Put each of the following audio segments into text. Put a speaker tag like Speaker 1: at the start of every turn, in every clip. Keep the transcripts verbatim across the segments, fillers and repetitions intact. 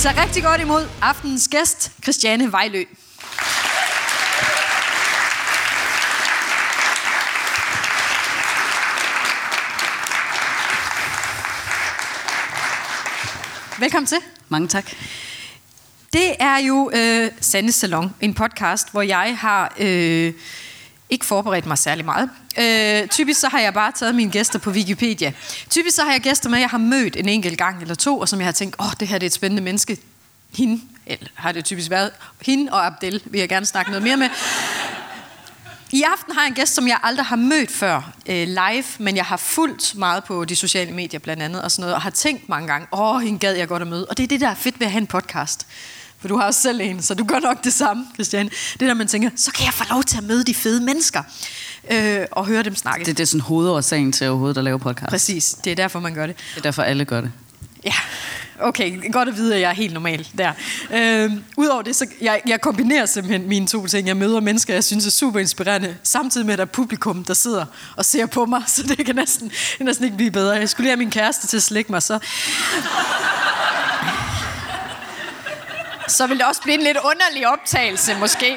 Speaker 1: Tag rigtig godt imod aftenens gæst, Christiane Vejlø. Velkommen til.
Speaker 2: Mange tak.
Speaker 1: Det er jo øh, Sandes Salon, en podcast, hvor jeg har øh, ikke forberedt mig særlig meget. Øh, typisk så har jeg bare taget mine gæster på Wikipedia. Typisk så har jeg gæster med, jeg har mødt en enkelt gang eller to, og som jeg har tænkt, åh, oh, det her det er et spændende menneske. Hende, eller har det typisk været, hende og Abdel vil jeg gerne snakke noget mere med. I aften har jeg en gæst, som jeg aldrig har mødt før øh, live, men jeg har fulgt meget på de sociale medier blandt andet og sådan noget, og har tænkt mange gange, åh, hende gad jeg godt at møde. Og det er det, der er fedt ved at have en podcast. For du har også selv en, så du gør nok det samme, Christiane. Det der, man tænker, så kan jeg få lov til at møde de fede mennesker øh, og høre dem snakke.
Speaker 2: Det, det er sådan hovedårsagen til overhovedet at lave podcast.
Speaker 1: Præcis, det er derfor, man gør det.
Speaker 2: Det er derfor, alle gør det.
Speaker 1: Ja, okay, godt at vide, at jeg er helt normal der. Øh, Udover det, så jeg, jeg kombinerer simpelthen mine to ting. Jeg møder mennesker, jeg synes er super inspirerende, samtidig med, at der er publikum, der sidder og ser på mig, så det kan næsten, det kan næsten ikke blive bedre. Jeg skulle lige have min kæreste til at slikke mig, så... Så vil det også blive en lidt underlig optagelse, måske.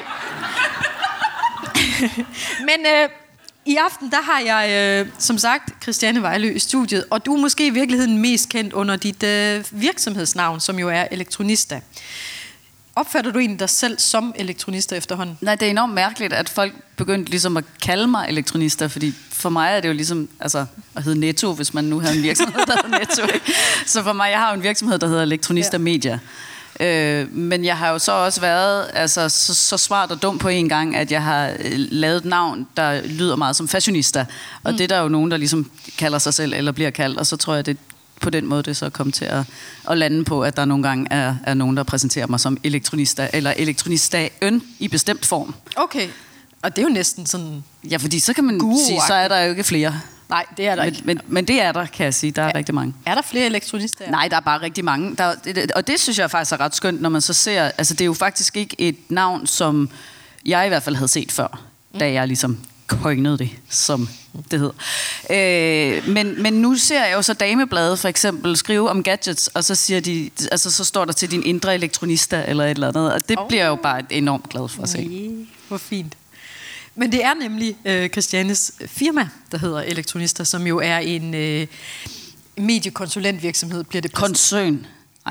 Speaker 1: Men øh, i aften, der har jeg, øh, som sagt, Christiane Vejlø i studiet. Og du er måske i virkeligheden mest kendt under dit øh, virksomhedsnavn, som jo er Elektronista. Opfatter du egentlig dig selv som elektronista efterhånden?
Speaker 2: Nej, det er enormt mærkeligt, at folk begyndte ligesom at kalde mig elektronista, fordi for mig er det jo ligesom altså, at hedde Netto, hvis man nu havde en virksomhed, der hedder Netto. Ikke? Så for mig, jeg har jo en virksomhed, der hedder Elektronista ja. Media. Øh, men jeg har jo så også været altså, så, så smart og dum på en gang, at jeg har lavet et navn, der lyder meget som fashionista. Og mm. det er der jo nogen, der ligesom kalder sig selv, eller bliver kaldt, og så tror jeg, det på den måde, det så kom til at, at lande på, at der nogle gange er, er nogen, der præsenterer mig som elektronista, eller elektronistaen i bestemt form.
Speaker 1: Okay, og det er jo næsten sådan...
Speaker 2: Ja, fordi så kan man Guru-agtigt. sige, så er der jo ikke flere.
Speaker 1: Nej, det er der
Speaker 2: men,
Speaker 1: ikke.
Speaker 2: Men, men det er der, kan jeg sige. Der er, er rigtig mange.
Speaker 1: Er der flere elektronister?
Speaker 2: Nej, der er bare rigtig mange. Der, det, og det synes jeg faktisk er ret skønt, når man så ser... Altså, det er jo faktisk ikke et navn, som jeg i hvert fald havde set før, mm. da jeg ligesom coinede det, som det hedder. Øh, men, men nu ser jeg jo så Damebladet for eksempel skrive om gadgets, og så siger de, altså så står der til din indre elektronista eller et eller andet, og det oh. bliver jeg jo bare enormt glad for at se.
Speaker 1: Nee, hvor fint. Men det er nemlig øh, Christianes firma, der hedder Elektronista, som jo er en øh, mediekonsulentvirksomhed. Bliver det
Speaker 2: koncern? Nej.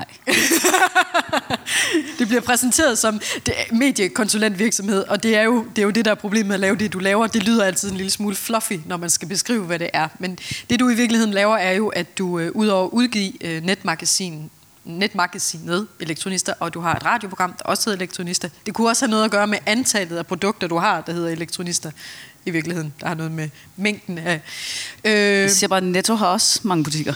Speaker 1: Det bliver præsenteret som mediekonsulentvirksomhed, og det er, jo, det er jo det, der er problemet med at lave det, du laver. Det lyder altid en lille smule fluffy, når man skal beskrive, hvad det er. Men det, du i virkeligheden laver, er jo, at du øh, udover at udgive øh, netmagasin, netmagasinet Elektronista, og du har et radioprogram, der også hedder Elektronista. Det kunne også have noget at gøre med antallet af produkter, du har, der hedder Elektronista. I virkeligheden, der har noget med mængden af...
Speaker 2: Øh... Jeg siger bare, at Netto har også mange butikker.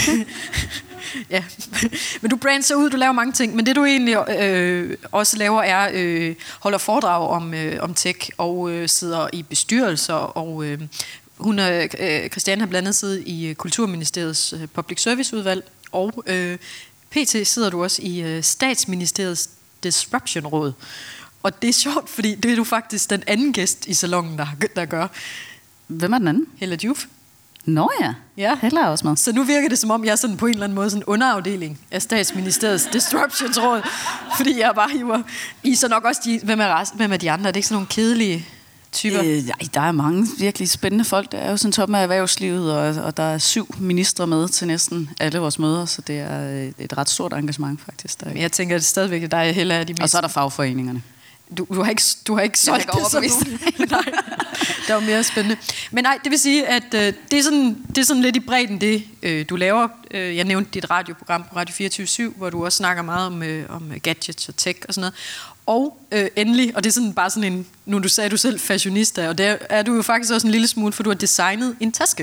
Speaker 1: Ja, men du brander ud, du laver mange ting, men det du egentlig øh, også laver er, øh, holder foredrag om, øh, om tech, og øh, sidder i bestyrelser, og øh, hun er, øh, Christiane har blandt andet siddet i Kulturministeriets øh, Public Service udvalg, og øh, P T sidder du også i øh, Statsministeriets Disruption-råd. Og det er sjovt, fordi det er du faktisk den anden gæst i salonen, der, der gør.
Speaker 2: Hvem er den anden?
Speaker 1: Hella Juf.
Speaker 2: Nå ja,
Speaker 1: ja.
Speaker 2: Hella er også med.
Speaker 1: Så nu virker det som om, jeg er sådan på en eller anden måde sådan en underafdeling af Statsministeriets Disruptionsråd. Fordi jeg bare hiver i så nok også de, hvem er, hvem er de andre? Er det ikke sådan nogle kedelige typer?
Speaker 2: Øh, nej, der er mange virkelig spændende folk. Der er jo sådan toppen af erhvervslivet, og, og der er syv ministre med til næsten alle vores møder, så det er et ret stort engagement faktisk. Der.
Speaker 1: Jeg tænker, at det stadigvæk er dig, Hella, er de mest...
Speaker 2: Og så er der fagforeningerne.
Speaker 1: Du, du har ikke, du har ikke solgt det sådan. Nej, det var mere spændende. Men nej, det vil sige, at øh, det, er sådan, det er sådan lidt i bredden det, øh, du laver. Øh, jeg nævnte dit radioprogram på Radio fireogtyve syv, hvor du også snakker meget om, øh, om gadgets og tech og sådan noget. Og øh, endelig, og det er sådan bare sådan en, nu du sagde du selv fashionista, og der er du jo faktisk også en lille smule, for du har designet en taske.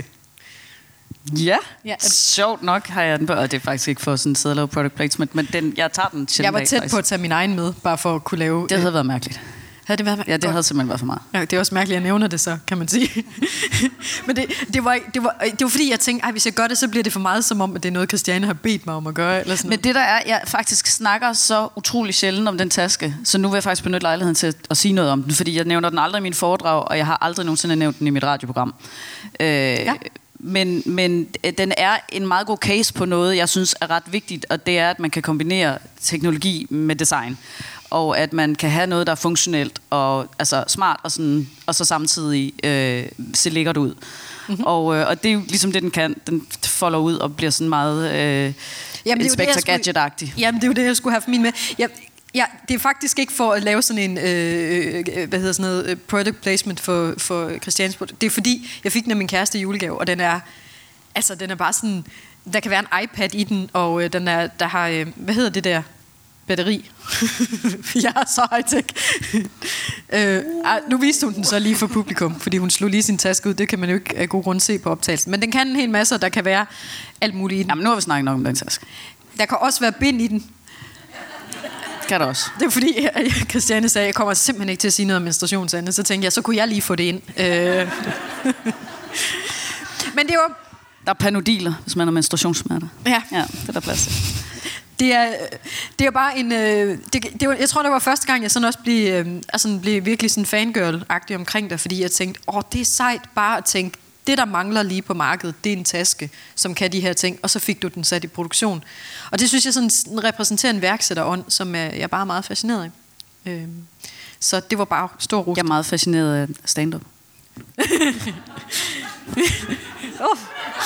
Speaker 2: Ja, ja, sjovt nok har jeg den på, og det er faktisk ikke for sådan at sidde og lave product placement, men den, jeg tager den sjældent.
Speaker 1: Jeg var tæt på at tage min egen med, bare for at kunne lave...
Speaker 2: Det havde været mærkeligt.
Speaker 1: Havde det været mærkeligt?
Speaker 2: Ja, det godt. Havde simpelthen været for meget.
Speaker 1: Ja, det er også mærkeligt, at jeg nævner det så, kan man sige. Men det, det, var, det, var, det var fordi, jeg tænkte, ej, hvis jeg gør det, så bliver det for meget som om, at det er noget, Christiane har bedt mig om at gøre. Eller sådan
Speaker 2: men det der er, jeg faktisk snakker så utrolig sjældent om den taske, så nu vil jeg faktisk benytte lejligheden til at, at sige noget om den, fordi jeg nævner den aldrig i min foredrag, og jeg har aldrig nogensinde nævnt den i mit radioprogram. Øh, ja. men, men den er en meget god case på noget, jeg synes er ret vigtigt, og det er, at man kan kombinere teknologi med design. Og at man kan have noget, der er funktionelt og altså smart, og, sådan, og så samtidig øh, se lækkert ud. Mm-hmm. Og, øh, og det er jo ligesom det, den kan. Den folder ud og bliver sådan meget øh, Inspector Gadget-agtig.
Speaker 1: Jamen, det er jo det, jeg skulle have for min med. Jeg, ja, det er faktisk ikke for at lave sådan en øh, hvad hedder sådan noget, product placement for, for Christianes. Det er fordi, jeg fik den af min kæreste i julegave, og den er, altså, den er bare sådan, der kan være en iPad i den, og øh, den er, der har, øh, hvad hedder det der? Batteri. Jeg er så high-tech. øh, nu viste hun den så lige for publikum, fordi hun slog lige sin taske ud. Det kan man jo ikke af god grund se på optagelsen. Men den kan en hel masse, og der kan være alt muligt i den.
Speaker 2: Jamen, nu har vi snakket nok om den taske.
Speaker 1: Der kan også være bind i den.
Speaker 2: Kan der også.
Speaker 1: Det er fordi, Christiane sagde, jeg kommer simpelthen ikke til at sige noget om menstruationsande. Så tænkte jeg, så kunne jeg lige få det ind. Øh. Men det var...
Speaker 2: Der er panodiler, hvis man har menstruationssmerter.
Speaker 1: Ja.
Speaker 2: Ja, det er der plads til.
Speaker 1: Det er, det er bare en... Øh, det, det var, jeg tror, det var første gang, jeg sådan også blev, øh, altså blev virkelig sådan fangirl-agtig omkring dig, fordi jeg tænkte, åh, det er sejt bare at tænke, det der mangler lige på markedet, det er en taske, som kan de her ting, og så fik du den sat i produktion. Og det synes jeg sådan repræsenterer en værksætterånd, som jeg er bare meget fascineret af. Øh, så det var bare stor ros.
Speaker 2: Jeg er meget fascineret af stand-up.
Speaker 1: oh.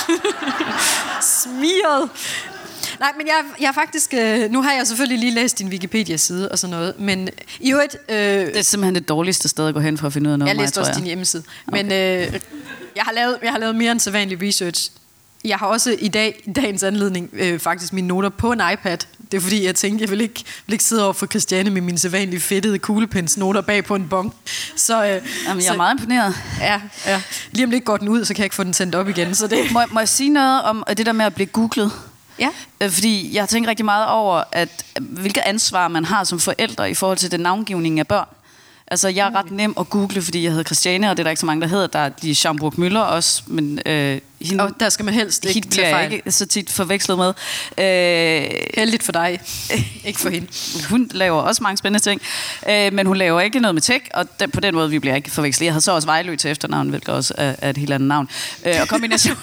Speaker 1: Smiret. Nej, men jeg, jeg er faktisk... Øh, nu har jeg selvfølgelig lige læst din Wikipedia-side og sådan noget, men i øvrigt... Øh,
Speaker 2: det er simpelthen det dårligste sted at gå hen for at finde ud af noget
Speaker 1: jeg
Speaker 2: om mig,
Speaker 1: læste også
Speaker 2: jeg.
Speaker 1: din hjemmeside.
Speaker 2: Okay.
Speaker 1: Men øh, jeg, har lavet, jeg har lavet mere end sædvanlig research. Jeg har også i dag, i dagens anledning, øh, faktisk mine noter på en iPad. Det er fordi, jeg tænkte, jeg vil ikke, vil ikke sidde over for Christiane med mine sædvanlige fedtede kuglepens noter bag på en bong. Så, øh,
Speaker 2: Jamen, jeg
Speaker 1: så,
Speaker 2: er meget imponeret.
Speaker 1: Ja, ja. Lige om lidt går den ud, så kan jeg ikke få den sendt op igen. Så det.
Speaker 2: Må, må jeg sige noget om det der med at blive googlet?
Speaker 1: Ja.
Speaker 2: Fordi jeg tænker rigtig meget over, at hvilket ansvar man har som forældre i forhold til den navngivning af børn. Altså, jeg er ret nem at google, fordi jeg hedder Christiane, og det er der ikke så mange, der hedder. Der er de Schaumburg Müller også, men øh, hende,
Speaker 1: og der skal man helst ikke tage fejl.
Speaker 2: Ikke så tit forvekslet med.
Speaker 1: Øh, Heldigt for dig, ikke for hende.
Speaker 2: Hun laver også mange spændende ting, øh, men hun laver ikke noget med tech, og den, på den måde vi bliver ikke forvekslet. Jeg havde så også Vejlø til efternavn, hvilket også er, er et helt andet navn. Øh, og kombination...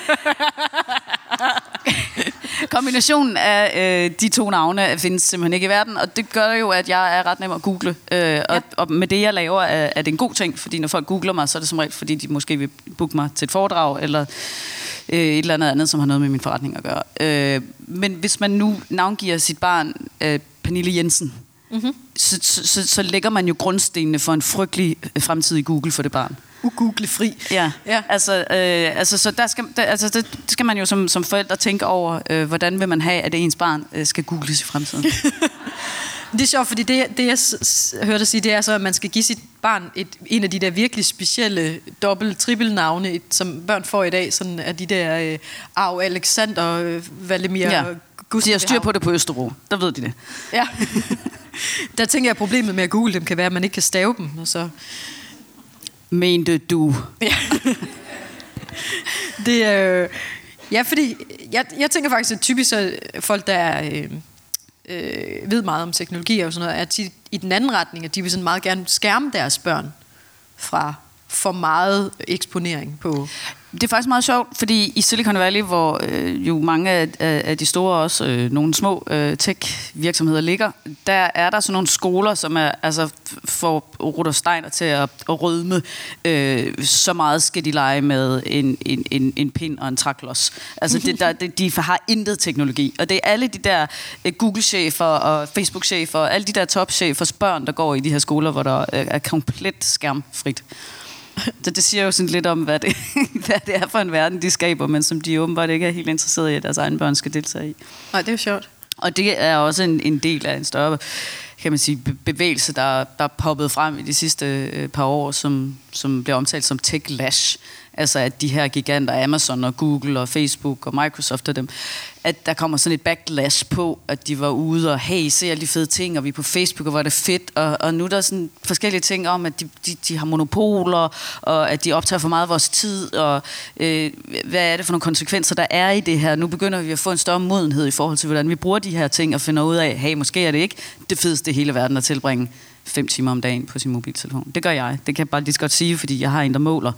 Speaker 2: Kombinationen af øh, de to navne findes simpelthen ikke i verden, og det gør jo, at jeg er ret nem at google. Øh, ja. og, og med det, jeg laver, er, er det en god ting, fordi når folk googler mig, så er det som regel, fordi de måske vil booke mig til et foredrag, eller øh, et eller andet andet, som har noget med min forretning at gøre. Øh, men hvis man nu navngiver sit barn øh, Pernille Jensen, mm-hmm. så, så, så, så lægger man jo grundstenene for en frygtelig fremtid i Google for det barn.
Speaker 1: Ugooglefri.
Speaker 2: Ja, ja. Altså, øh, altså, så der skal, der, altså, der skal man jo som, som forældre tænke over, øh, hvordan vil man have, at ens barn øh, skal googles i fremtiden.
Speaker 1: Det er sjovt, fordi det, det jeg s- hørte dig sige, det er så, at man skal give sit barn et, en af de der virkelig specielle dobbelt, trippel navne, et, som børn får i dag, sådan af de der øh, Arv Alexander, øh, Valemir,
Speaker 2: ja.
Speaker 1: Gustav.
Speaker 2: De har styr på det på Østerbro, der ved de det.
Speaker 1: Ja. Der tænker jeg, at problemet med at google dem kan være, at man ikke kan stave dem, og så...
Speaker 2: Mente du?
Speaker 1: Ja. Det er... Øh, ja, fordi jeg, jeg tænker faktisk, at typisk så folk, der er, øh, øh, ved meget om teknologi og sådan noget, er tit i den anden retning, at de vil sådan meget gerne skærme deres børn fra for meget eksponering på...
Speaker 2: Det er faktisk meget sjovt, fordi i Silicon Valley, hvor øh, jo mange af, af de store også, øh, nogle små øh, tech-virksomheder ligger, der er der sådan nogle skoler, som er, altså, får Rudolf Steiner til at, at rødme. Øh, så meget skal de lege med en, en, en, en pind og en træklods. Altså, det, der, det, de har intet teknologi. Og det er alle de der øh, Google-chefer og Facebook-chefer og alle de der top-chefers børn, der går i de her skoler, hvor der øh, er komplet skærmfrit. Så det siger jo sådan lidt om, hvad det, hvad det er for en verden, de skaber, men som de åbenbart ikke er helt interesserede i, at deres egne børn skal deltage i.
Speaker 1: Nej, det er jo sjovt.
Speaker 2: Og det er også en, en del af en større, kan man sige, bevægelse, der, der er poppet frem i de sidste øh, par år, som, som bliver omtalt som techlash. Altså at de her giganter, Amazon og Google og Facebook og Microsoft og dem, at der kommer sådan et backlash på, at de var ude og, hey, se alle de fede ting, og vi er på Facebook, og hvor er det fedt, og, og nu er der sådan forskellige ting om, at de, de, de har monopoler, og at de optager for meget af vores tid, og øh, hvad er det for nogle konsekvenser, der er i det her. Nu begynder vi at få en større modenhed i forhold til, hvordan vi bruger de her ting, og finder ud af, hey, måske er det ikke det fedeste i hele verden at tilbringe fem timer om dagen på sin mobiltelefon. Det gør jeg. Det kan jeg bare lige så godt sige, fordi jeg har en, der måler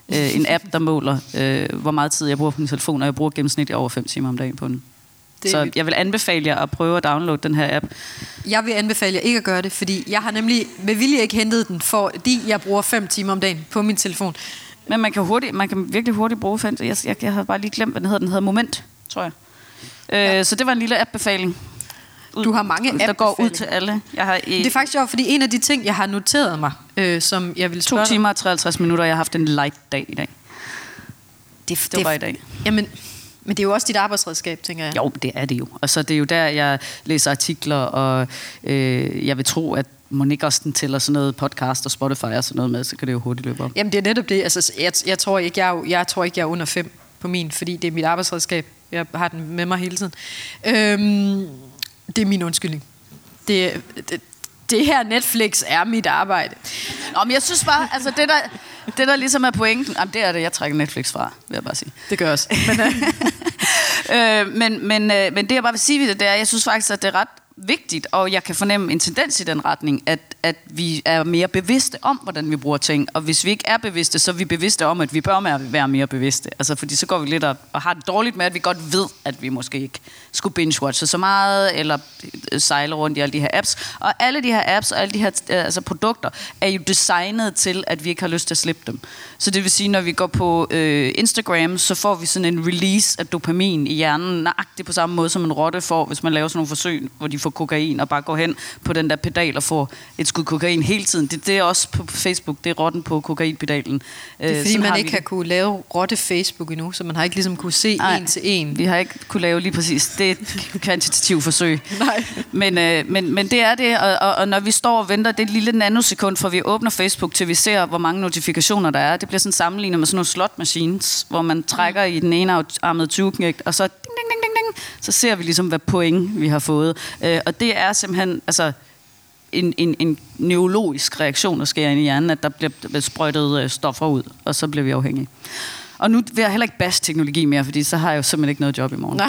Speaker 2: øh, en app, der måler, øh, hvor meget tid jeg bruger på min telefon, og jeg bruger gennemsnitligt over fem timer om dagen på den. Det så jeg vil anbefale jer at prøve at downloade den her app.
Speaker 1: Jeg vil anbefale jer ikke at gøre det, fordi jeg har nemlig med vilje ikke hentet den, fordi jeg bruger fem timer om dagen på min telefon.
Speaker 2: Men man kan, hurtigt, man kan virkelig hurtigt bruge fem. Jeg, jeg, jeg har bare lige glemt, hvad den hedder. Den hedder Moment, tror jeg. Øh, ja. Så det var en lille app-befaling. Ud,
Speaker 1: du har mange app-befalinger.
Speaker 2: Der går ud til alle. Jeg har, øh,
Speaker 1: det er faktisk sjovt, fordi en af de ting, jeg har noteret mig, øh, som jeg vil spørge...
Speaker 2: To timer og treoghalvtreds minutter, jeg har haft en light dag i dag. Det, det, det var bare i dag.
Speaker 1: Jamen... Men det er jo også dit arbejdsredskab, tænker jeg.
Speaker 2: Jo, det er det jo. Og så det er jo der, jeg læser artikler, og øh, jeg vil tro, at Monique også tæller sådan noget podcast og Spotify og sådan noget med, så kan det jo hurtigt løbe op.
Speaker 1: Jamen, det er netop det. Altså, jeg, jeg, tror ikke, jeg, jeg tror ikke, jeg er under fem på min, fordi det er mit arbejdsredskab. Jeg har den med mig hele tiden. Øhm, det er min undskyldning. Det, det, det her Netflix er mit arbejde.
Speaker 2: Nå, men jeg synes bare, altså det der, det der ligesom er pointen, jamen det er det, jeg trækker Netflix fra, vil jeg bare sige.
Speaker 1: Det gør jeg også. Men,
Speaker 2: øh, men, men, øh, men det jeg bare vil sige ved det, det er, jeg synes faktisk, at det er ret vigtigt, og jeg kan fornemme en tendens i den retning, at, at vi er mere bevidste om, hvordan vi bruger ting. Og hvis vi ikke er bevidste, så er vi bevidste om, at vi bør være mere bevidste. Altså, fordi så går vi lidt og, og har det dårligt med, at vi godt ved, at vi måske ikke skulle binge-watche så meget, eller sejle rundt i alle de her apps. Og alle de her apps og alle de her altså, produkter er jo designet til, at vi ikke har lyst til at slippe dem. Så det vil sige, når vi går på øh, Instagram, så får vi sådan en release af dopamin i hjernen, nøjagtigt på samme måde, som en rotte får, hvis man laver sådan nogle forsøg, hvor de får kokain, og bare går hen på den der pedal og får et skud kokain hele tiden. Det, det er også på Facebook, det er rotten på kokainpedalen.
Speaker 1: Det er fordi, sådan man ikke har kunne lave rotte Facebook endnu, så man har ikke ligesom kunne se Nej, en til en.
Speaker 2: Vi har ikke kunne lave lige præcis det kvantitative forsøg.
Speaker 1: Nej.
Speaker 2: Men, øh, men, men det er det, og, og, og når vi står og venter det lille nanosekund, for vi åbner Facebook, til vi ser, hvor mange notifikationer der er, det bliver sådan sammenlignet med sådan nogle slot machines, hvor man trækker mm. i den ene armede tyveknægt, og så ding, ding, ding, ding, ding, så ser vi ligesom, hvad point vi har fået. Øh, og det er simpelthen altså, en, en, en neurologisk reaktion, der sker inde i hjernen, at der bliver sprøjtet øh, stoffer ud, og så bliver vi afhængige. Og nu vil jeg heller ikke bash teknologi mere, fordi så har jeg jo simpelthen ikke noget job i morgen.
Speaker 1: Nej,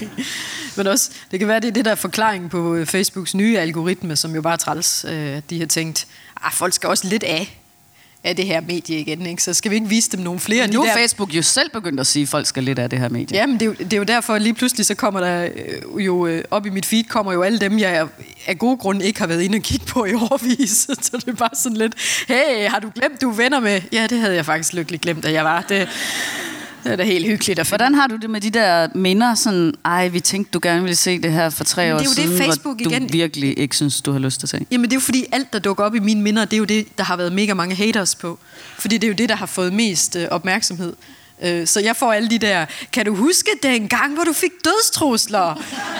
Speaker 1: men også, det kan være, det er det der forklaring på Facebooks nye algoritme, som jo bare er træls. Øh, de har tænkt, ah, folk skal også lidt af af det her medie igen, ikke? Så skal vi ikke vise dem nogle flere.
Speaker 2: Nu
Speaker 1: er
Speaker 2: der... Facebook jo selv begyndt at sige, at folk skal lidt af det her medie.
Speaker 1: Ja, men det er, jo, det er jo derfor, at lige pludselig så kommer der jo op i mit feed, kommer jo alle dem, jeg af gode grunde ikke har været inde og kigge på i årvis. Så det er bare sådan lidt, hey, har du glemt, du er venner med? Ja, det havde jeg faktisk lykkeligt glemt, at jeg var. Det, det er da helt hyggeligt at finde.
Speaker 2: Hvordan har du det med de der minder? Sådan, ej, vi tænkte, du gerne ville se det her for tre år siden,
Speaker 1: det er jo det, Facebook
Speaker 2: hvor
Speaker 1: igen.
Speaker 2: Du virkelig ikke synes, du har lyst til at se.
Speaker 1: Jamen det er jo fordi, alt der dukker op i mine minder, det er jo det, der har været mega mange haters på. Fordi det er jo det, der har fået mest øh, opmærksomhed. Øh, så jeg får alle de der, kan du huske den gang, hvor du fik dødstrusler?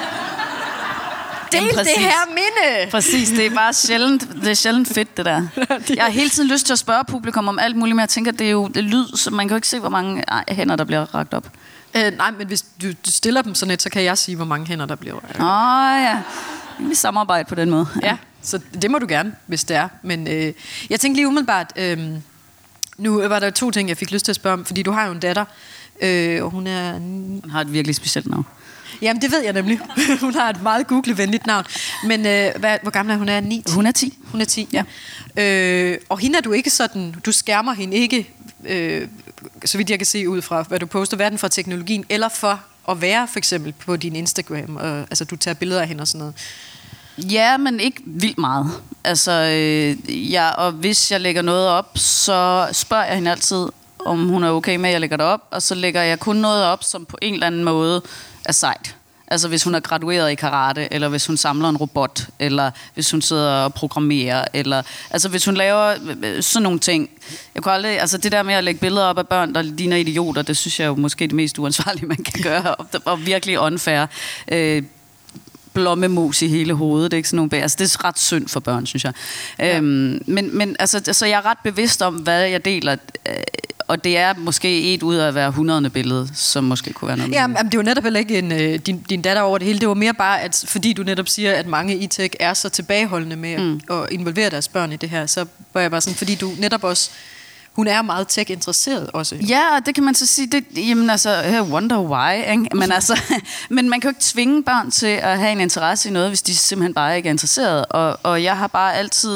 Speaker 1: Del det her minde.
Speaker 2: Præcis, det er bare sjældent, det er sjældent fedt, det der. Jeg har hele tiden lyst til at spørge publikum om alt muligt, men jeg tænker, det er jo det er lyd, så man kan jo ikke se, hvor mange ej, hænder, der bliver rakt op.
Speaker 1: Øh, nej, men hvis du, du stiller dem sådan lidt, så kan jeg sige, hvor mange hænder, der bliver rakt op.
Speaker 2: Åh ja, vi samarbejder på den måde.
Speaker 1: Ja, ja, så det må du gerne, hvis det er. Men øh, jeg tænkte lige umiddelbart, øh, nu var der to ting, jeg fik lyst til at spørge om, fordi du har jo en datter, øh, og hun er...
Speaker 2: Hun har et virkelig specielt navn.
Speaker 1: Jamen, det ved jeg nemlig. Hun har et meget Google-venligt navn. Men øh, hvad, hvor gammel er hun? Er ni?
Speaker 2: Hun er ti.
Speaker 1: Hun er ti, ja. Øh, og hende er du ikke sådan... Du skærmer hende ikke, øh, så vidt jeg kan se ud fra, hvad du poster, hverken fra teknologien, eller for at være for eksempel på din Instagram. Og, altså, du tager billeder af hende og sådan noget.
Speaker 2: Ja, men ikke vildt meget. Altså, øh, ja, og hvis jeg lægger noget op, så spørger jeg hende altid, om hun er okay med, at jeg lægger det op. Og så lægger jeg kun noget op, som på en eller anden måde er sejt. Altså hvis hun er gradueret i karate, eller hvis hun samler en robot, eller hvis hun sidder og programmerer, eller altså hvis hun laver sådan nogle ting. Jeg kunne aldrig, altså det der med at lægge billeder op af børn, der ligner idioter, det synes jeg jo måske er det mest uansvarlige, man kan gøre, og, og virkelig unfair. Øh, blommemus i hele hovedet, det er ikke sådan nogle, altså det er ret synd for børn, synes jeg. Ja. Øhm, men men altså, altså jeg er ret bevidst om, hvad jeg deler, øh, og det er måske et ud af hver hundredende billede, som måske kunne være noget.
Speaker 1: Ja, men det var netop heller ikke en, øh, din, din datter over det hele. Det var mere bare, at fordi du netop siger, at mange i tech er så tilbageholdende med mm. at involvere deres børn i det her, så var jeg bare sådan, fordi du netop også, hun er meget tech-interesseret også.
Speaker 2: Ja, og det kan man så sige, det, jamen altså, wonder why, ikke? Men, altså, men man kan jo ikke tvinge børn til at have en interesse i noget, hvis de simpelthen bare ikke er interesseret. Og, og jeg har bare altid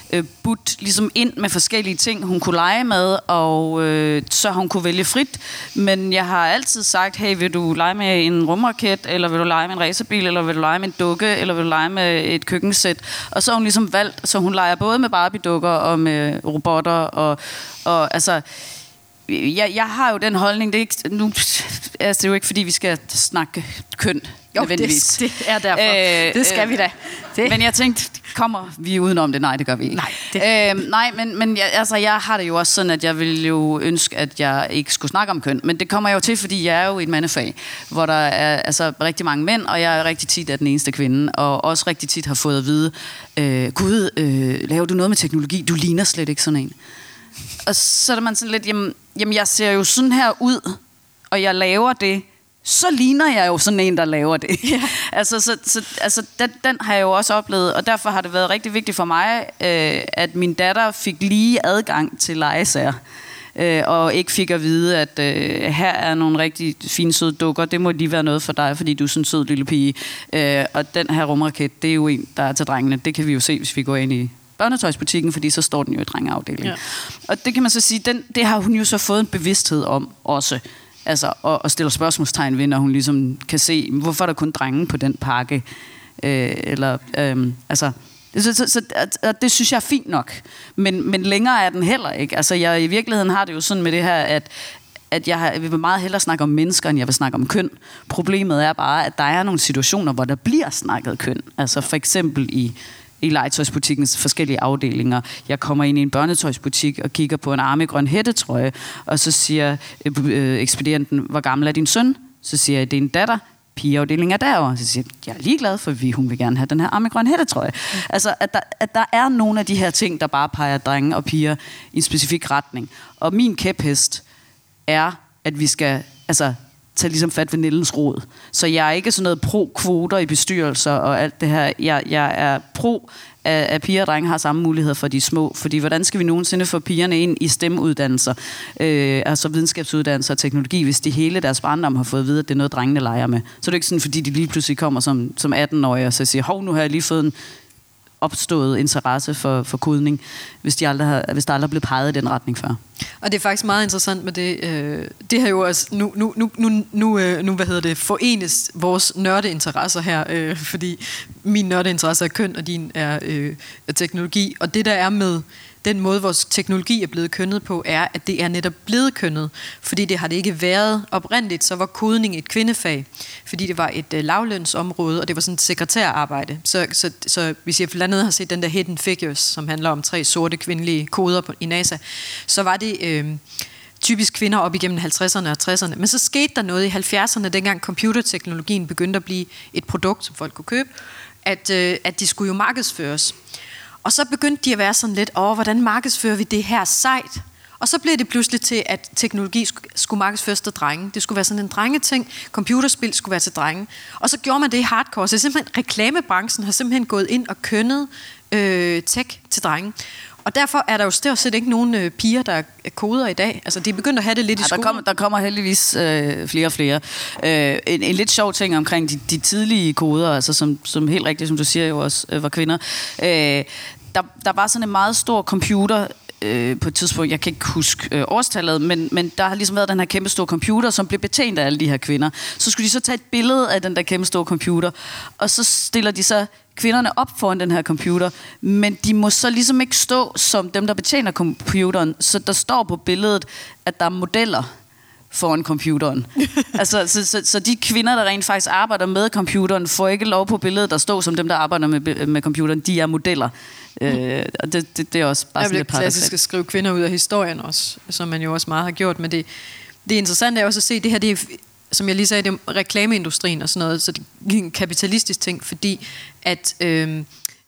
Speaker 2: øh, budt ligesom ind med forskellige ting, hun kunne lege med, og øh, så hun kunne vælge frit. Men jeg har altid sagt, hey, vil du lege med en rumraket, eller vil du lege med en racerbil, eller vil du lege med en dukke, eller vil du lege med et køkkensæt? Og så har hun ligesom valgt, så hun leger både med Barbie-dukker og med robotter, og, og altså... Jeg, jeg har jo den holdning, det er, ikke, nu, altså, det er jo ikke, fordi vi skal snakke køn,
Speaker 1: jo, nødvendigvis. Det, det er derfor. Øh, det skal øh, vi da. Det.
Speaker 2: Men jeg tænkte, kommer vi udenom det? Nej, det gør vi ikke.
Speaker 1: Nej, det.
Speaker 2: Øh, nej men, men jeg, altså, jeg har det jo også sådan, at jeg ville jo ønske, at jeg ikke skulle snakke om køn. Men det kommer jeg jo til, fordi jeg er jo i et mandefag, hvor der er altså, rigtig mange mænd, og jeg er rigtig tit er den eneste kvinde, og også rigtig tit har fået at vide, øh, Gud, øh, laver du noget med teknologi? Du ligner slet ikke sådan en. Og så er man sådan lidt, jamen, jamen jeg ser jo sådan her ud, og jeg laver det, så ligner jeg jo sådan en, der laver det. Ja. altså, så, så, altså den, den har jeg jo også oplevet, og derfor har det været rigtig vigtigt for mig, øh, at min datter fik lige adgang til legesager. Øh, og ikke fik at vide, at øh, her er nogle rigtig fine søde dukker, det må lige være noget for dig, fordi du er sådan en sød lille pige. Øh, og den her rumraket, det er jo en, der er til drengene. Det kan vi jo se, hvis vi går ind i børnetøjsbutikken, fordi så står den jo i drengeafdelingen. Ja. Og det kan man så sige, den, det har hun jo så fået en bevidsthed om også. Altså, og, og stiller spørgsmålstegn ved, når hun ligesom kan se, hvorfor er der kun drenge på den pakke? Øh, eller, øh, altså, så, så, så at, det synes jeg er fint nok. Men, men længere er den heller ikke. Altså, jeg i virkeligheden har det jo sådan med det her, at at jeg, har, jeg vil meget hellere snakke om mennesker, end jeg vil snakke om køn. Problemet er bare, at der er nogle situationer, hvor der bliver snakket køn. Altså for eksempel i i legetøjsbutikkens forskellige afdelinger. Jeg kommer ind i en børnetøjsbutik og kigger på en armegrøn hættetrøje, og så siger øh, ekspedienten, hvor gammel er din søn? Så siger jeg, det er en datter. Pigeafdelingen er derovre. Så siger jeg, jeg er ligeglad, for vi, hun vil gerne have den her armegrøn hættetrøje. Mm. Altså, at der, at der er nogle af de her ting, der bare peger drenge og piger i en specifik retning. Og min kæphest er, at vi skal... altså tage ligesom fat ved Nielsens rod. Så jeg er ikke sådan noget pro-kvoter i bestyrelser og alt det her. Jeg, jeg er pro, at, at piger og drenge har samme muligheder for de små. Fordi hvordan skal vi nogensinde få pigerne ind i stemmeuddannelser, øh, altså videnskabsuddannelser og teknologi, hvis de hele deres barndom har fået at vide, at det er noget, drengene leger med. Så det er ikke sådan, fordi de lige pludselig kommer som, som atten-årige og så siger, hov, nu har jeg lige fået en opstået interesse for, for kodning, hvis, de aldrig har, hvis der aldrig er blevet peget i den retning før.
Speaker 1: Og det er faktisk meget interessant med det. Øh, det har jo også, nu, nu, nu, nu, nu, øh, nu hvad hedder det, forenes vores nørdeinteresser her, øh, fordi min nørdeinteresse er køn, og din er, øh, er teknologi. Og det der er med den måde, vores teknologi er blevet kønnet på, er, at det er netop blevet kønnet. Fordi det har det ikke været oprindeligt, så var kodning et kvindefag. Fordi det var et øh, lavlønsområde, og det var sådan et sekretærarbejde. Så, så, så hvis jeg blandt andet har set den der Hidden Figures, som handler om tre sorte kvindelige koder på, i NASA, så var det øh, typisk kvinder op igennem halvtredserne og tresserne. Men så skete der noget i halvfjerdserne, dengang computerteknologien begyndte at blive et produkt, som folk kunne købe, at, øh, at de skulle jo markedsføres. Og så begyndte de at være sådan lidt, åh, hvordan markedsfører vi det her sejt? Og så blev det pludselig til, at teknologi skulle markedsføres til drenge. Det skulle være sådan en drengeting. Computerspil skulle være til drenge. Og så gjorde man det i hardcore. Så simpelthen reklamebranchen har simpelthen gået ind og kønnet øh, tech til drenge. Og derfor er der jo stort set ikke nogen øh, piger, der er koder i dag. Altså, de er begyndt at have det lidt ja, i skolen.
Speaker 2: Der kommer, der kommer heldigvis øh, flere og flere. Øh, en, en lidt sjov ting omkring de, de tidlige koder, altså som, som helt rigtigt, som du siger jo også, øh, var kvinder. Øh, der, der var sådan en meget stor computer øh, på et tidspunkt, jeg kan ikke huske øh, årstallet, men, men der har ligesom været den her kæmpe store computer, som blev betjent af alle de her kvinder. Så skulle de så tage et billede af den der kæmpe store computer, og så stiller de så kvinderne op foran den her computer, men de må så ligesom ikke stå som dem, der betjener computeren. Så der står på billedet, at der er modeller foran computeren. altså, så, så, så de kvinder, der rent faktisk arbejder med computeren, får ikke lov på billedet, der står som dem, der arbejder med, med computeren. De er modeller. Øh, og det, det, det er også bare sådan lidt paradoksalt.
Speaker 1: Det er klassisk at skrive kvinder ud af historien også, som man jo også meget har gjort. Men det, det interessante er også at se, det her, det er, som jeg lige sagde, det er reklameindustrien og sådan noget, så det er en kapitalistisk ting, fordi at øh,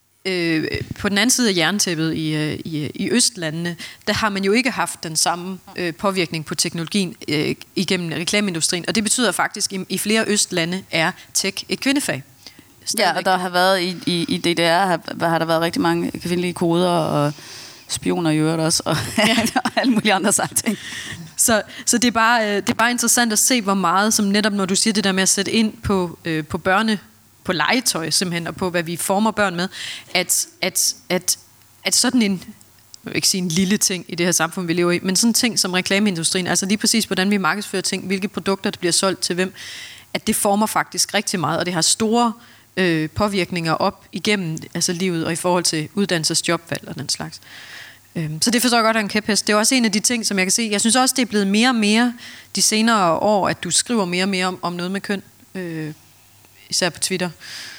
Speaker 1: øh, på den anden side af jerntæppet i, i, i østlandene, der har man jo ikke haft den samme øh, påvirkning på teknologien øh, igennem reklameindustrien, og det betyder faktisk, at i, i flere østlande er tech et kvindefag.
Speaker 2: Ja, og der har været i, i, i D D R har, har der været rigtig mange kvindelige koder og spioner i øvrigt også, og, ja. og alle mulige andre sagt ting.
Speaker 1: Så, så det, er bare, det er bare interessant at se, hvor meget, som netop når du siger det der med at sætte ind på, øh, på børne, på legetøj simpelthen, og på hvad vi former børn med, at, at, at at sådan en, jeg vil ikke sige en lille ting i det her samfund, vi lever i, men sådan en ting som reklameindustrien, altså lige præcis, hvordan vi markedsfører ting, hvilke produkter, der bliver solgt til hvem, at det former faktisk rigtig meget, og det har store øh, påvirkninger op igennem altså livet, og i forhold til uddannelsesjobvalg og den slags. Øhm, så det forstår jeg godt, at en kæphest. Det er også en af de ting, som jeg kan se. Jeg synes også, det er blevet mere og mere de senere år, at du skriver mere og mere om, om noget med køn, øh, især på Twitter.